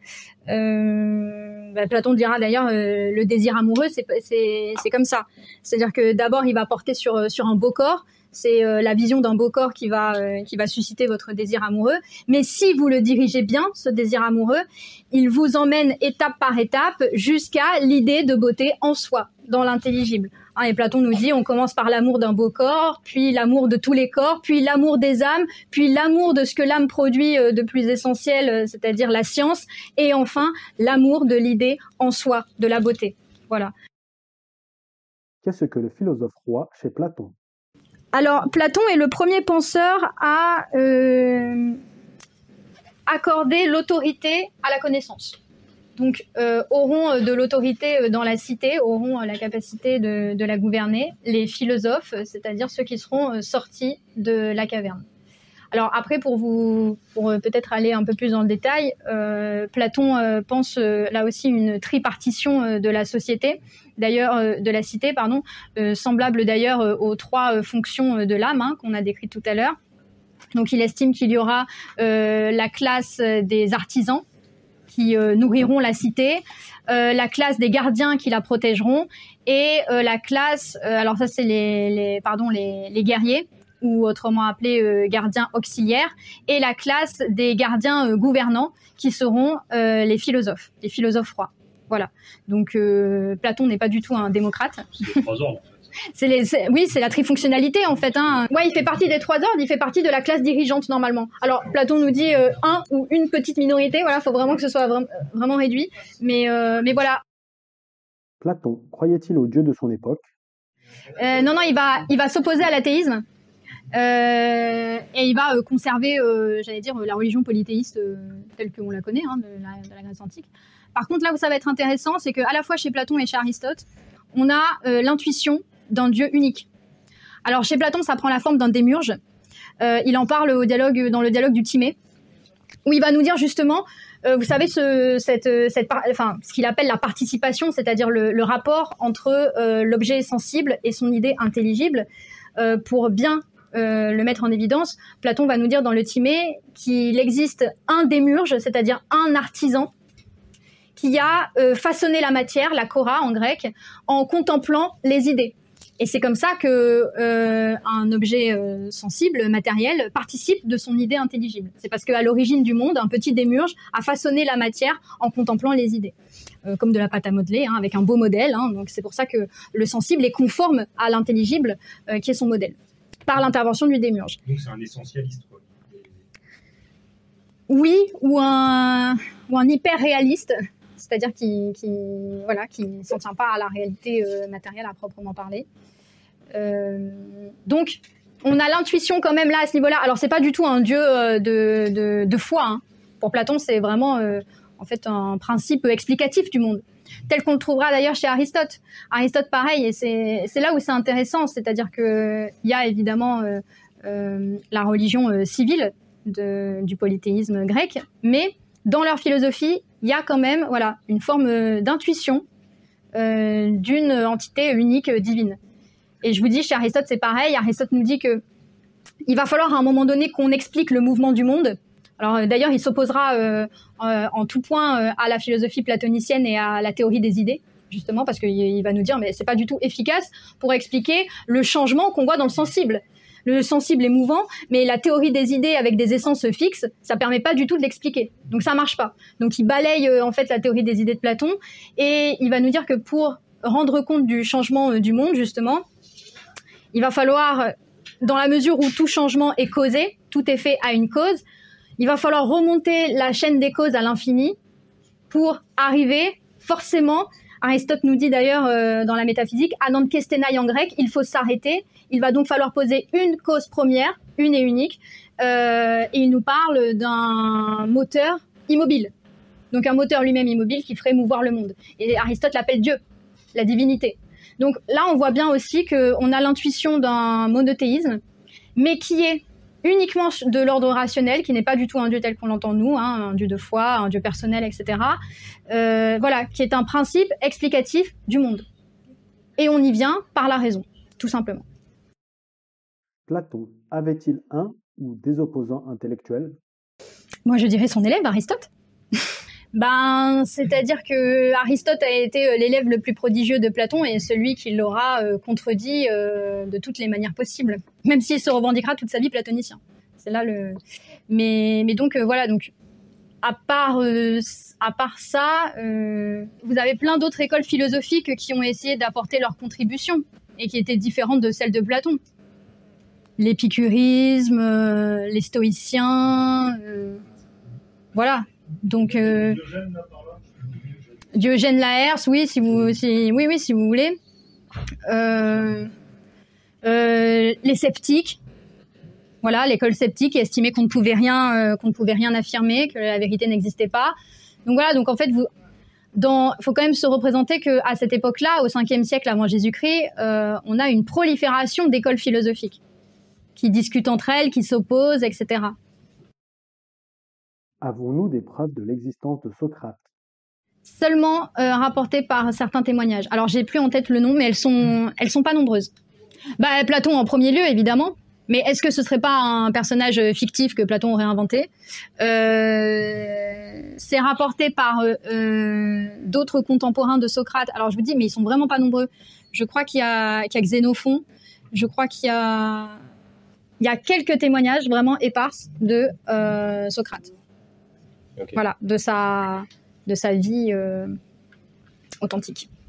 Euh, bah, Platon dira d'ailleurs euh, le désir amoureux, c'est, c'est, c'est comme ça. C'est-à-dire que d'abord, il va porter sur, sur un beau corps. C'est euh, la vision d'un beau corps qui va, euh, qui va susciter votre désir amoureux. Mais si vous le dirigez bien, ce désir amoureux, il vous emmène étape par étape jusqu'à l'idée de beauté en soi, dans l'intelligible. Hein, et Platon nous dit, on commence par l'amour d'un beau corps, puis l'amour de tous les corps, puis l'amour des âmes, puis l'amour de ce que l'âme produit de plus essentiel, c'est-à-dire la science, et enfin l'amour de l'idée en soi, de la beauté. Voilà. Qu'est-ce que le philosophe roi chez Platon ? Alors, Platon est le premier penseur à euh, accorder l'autorité à la connaissance. Donc, euh, auront de l'autorité dans la cité, auront la capacité de, de la gouverner, les philosophes, c'est-à-dire ceux qui seront sortis de la caverne. Alors après, pour vous, pour peut-être aller un peu plus dans le détail, euh, Platon euh, pense euh, là aussi une tripartition euh, de la société, d'ailleurs euh, de la cité, pardon, euh, semblable d'ailleurs euh, aux trois euh, fonctions de l'âme hein, qu'on a décrites tout à l'heure. Donc il estime qu'il y aura euh, la classe des artisans, qui euh, nourriront la cité, euh, la classe des gardiens qui la protégeront et euh, la classe, euh, alors ça c'est les, les pardon les, les guerriers ou autrement appelés euh, gardiens auxiliaires, et la classe des gardiens euh, gouvernants qui seront euh, les philosophes, les philosophes rois. Voilà. Donc euh, Platon n'est pas du tout un démocrate. C'est les trois ordres, en fait. C'est les, c'est, oui, c'est la trifonctionnalité en fait. Hein. Ouais, il fait partie des trois ordres, il fait partie de la classe dirigeante normalement. Alors Platon nous dit euh, un ou une petite minorité, voilà, faut vraiment que ce soit vra- vraiment réduit. Mais, euh, mais voilà. Platon croyait-il aux dieux de son époque? Euh, non, non, il va, il va s'opposer à l'athéisme euh, et il va euh, conserver, euh, j'allais dire, la religion polythéiste euh, telle qu'on la connaît, hein, de, la, de la Grèce antique. Par contre, là où ça va être intéressant, c'est qu'à la fois chez Platon et chez Aristote, on a euh, l'intuition d'un dieu unique. Alors chez Platon, ça prend la forme d'un démiurge. Euh, il en parle au dialogue, dans le dialogue du Timée, où il va nous dire justement, euh, vous savez, ce, cette, cette, enfin, ce qu'il appelle la participation, c'est-à-dire le, le rapport entre euh, l'objet sensible et son idée intelligible. Euh, pour bien euh, le mettre en évidence, Platon va nous dire dans le Timée qu'il existe un démiurge, c'est-à-dire un artisan, qui a euh, façonné la matière, la chora en grec, en contemplant les idées. Et c'est comme ça que euh, un objet euh, sensible, matériel, participe de son idée intelligible. C'est parce qu'à l'origine du monde, un petit démiurge a façonné la matière en contemplant les idées, euh, comme de la pâte à modeler, hein, avec un beau modèle. Hein, donc c'est pour ça que le sensible est conforme à l'intelligible, euh, qui est son modèle, par l'intervention du démiurge. Donc c'est un essentialiste, quoi. Oui, ou un ou un hyper réaliste. C'est-à-dire qui, qui, voilà, qui ne s'en tient pas à la réalité euh, matérielle à proprement parler. Euh, donc, on a l'intuition quand même là à ce niveau-là. Alors, c'est pas du tout un dieu euh, de, de, de foi. Hein. Pour Platon, c'est vraiment euh, en fait un principe explicatif du monde, tel qu'on le trouvera d'ailleurs chez Aristote. Aristote, pareil, et c'est, c'est là où c'est intéressant, c'est-à-dire que il y a évidemment euh, euh, la religion euh, civile de, du polythéisme grec, mais dans leur philosophie, il y a quand même voilà, une forme d'intuition euh, d'une entité unique euh, divine. Et je vous dis, chez Aristote, c'est pareil. Aristote nous dit que il va falloir à un moment donné qu'on explique le mouvement du monde. Alors euh, d'ailleurs, il s'opposera euh, euh, en tout point euh, à la philosophie platonicienne et à la théorie des idées, justement, parce qu'il va nous dire mais c'est pas du tout efficace pour expliquer le changement qu'on voit dans le sensible. Le sensible est mouvant, mais la théorie des idées avec des essences fixes, ça permet pas du tout de l'expliquer. Donc ça marche pas. Donc il balaye euh, en fait la théorie des idées de Platon et il va nous dire que pour rendre compte du changement euh, du monde, justement, il va falloir, dans la mesure où tout changement est causé, tout est fait à une cause, il va falloir remonter la chaîne des causes à l'infini pour arriver forcément. Aristote nous dit d'ailleurs euh, dans la métaphysique, anant kestenai en grec, il faut s'arrêter. Il va donc falloir poser une cause première, une et unique, euh, et il nous parle d'un moteur immobile. Donc un moteur lui-même immobile qui ferait mouvoir le monde. Et Aristote l'appelle Dieu, la divinité. Donc là, on voit bien aussi qu'on a l'intuition d'un monothéisme, mais qui est uniquement de l'ordre rationnel, qui n'est pas du tout un Dieu tel qu'on l'entend nous, hein, un Dieu de foi, un Dieu personnel, et cetera. Euh, voilà, qui est un principe explicatif du monde. Et on y vient par la raison, tout simplement. Platon avait-il un ou des opposants intellectuels? Moi, je dirais son élève, Aristote. Ben, c'est-à-dire que Aristote a été l'élève le plus prodigieux de Platon et celui qui l'aura euh, contredit euh, de toutes les manières possibles, même s'il se revendiquera toute sa vie platonicien. C'est là le. Mais, mais donc euh, voilà, donc à part euh, à part ça, euh, vous avez plein d'autres écoles philosophiques qui ont essayé d'apporter leur contribution et qui étaient différentes de celles de Platon. L'épicurisme, euh, les stoïciens, euh, voilà. Donc euh, Diogène Laërce, oui, si vous, si, oui, oui, si vous voulez. Euh, euh, les sceptiques, voilà, l'école sceptique qui estimait qu'on ne pouvait rien, euh, qu'on ne pouvait rien affirmer, que la vérité n'existait pas. Donc voilà, donc en fait, vous, dans, faut quand même se représenter que à cette époque-là, au cinquième siècle avant Jésus-Christ, euh, on a une prolifération d'écoles philosophiques qui discutent entre elles, qui s'opposent, et cetera. Avons-nous des preuves de l'existence de Socrate? Seulement euh, rapportées par certains témoignages. Alors, j'ai plus en tête le nom, mais elles sont, elles sont pas nombreuses. Bah, Platon en premier lieu, évidemment. Mais est-ce que ce serait pas un personnage fictif que Platon aurait inventé? euh, C'est rapporté par euh, d'autres contemporains de Socrate. Alors je vous dis, mais ils sont vraiment pas nombreux. Je crois qu'il y a, qu'il y a Xénophon. Je crois qu'il y a, il y a quelques témoignages vraiment éparses de euh, Socrate. Okay. Voilà, de sa, de sa vie euh, authentique.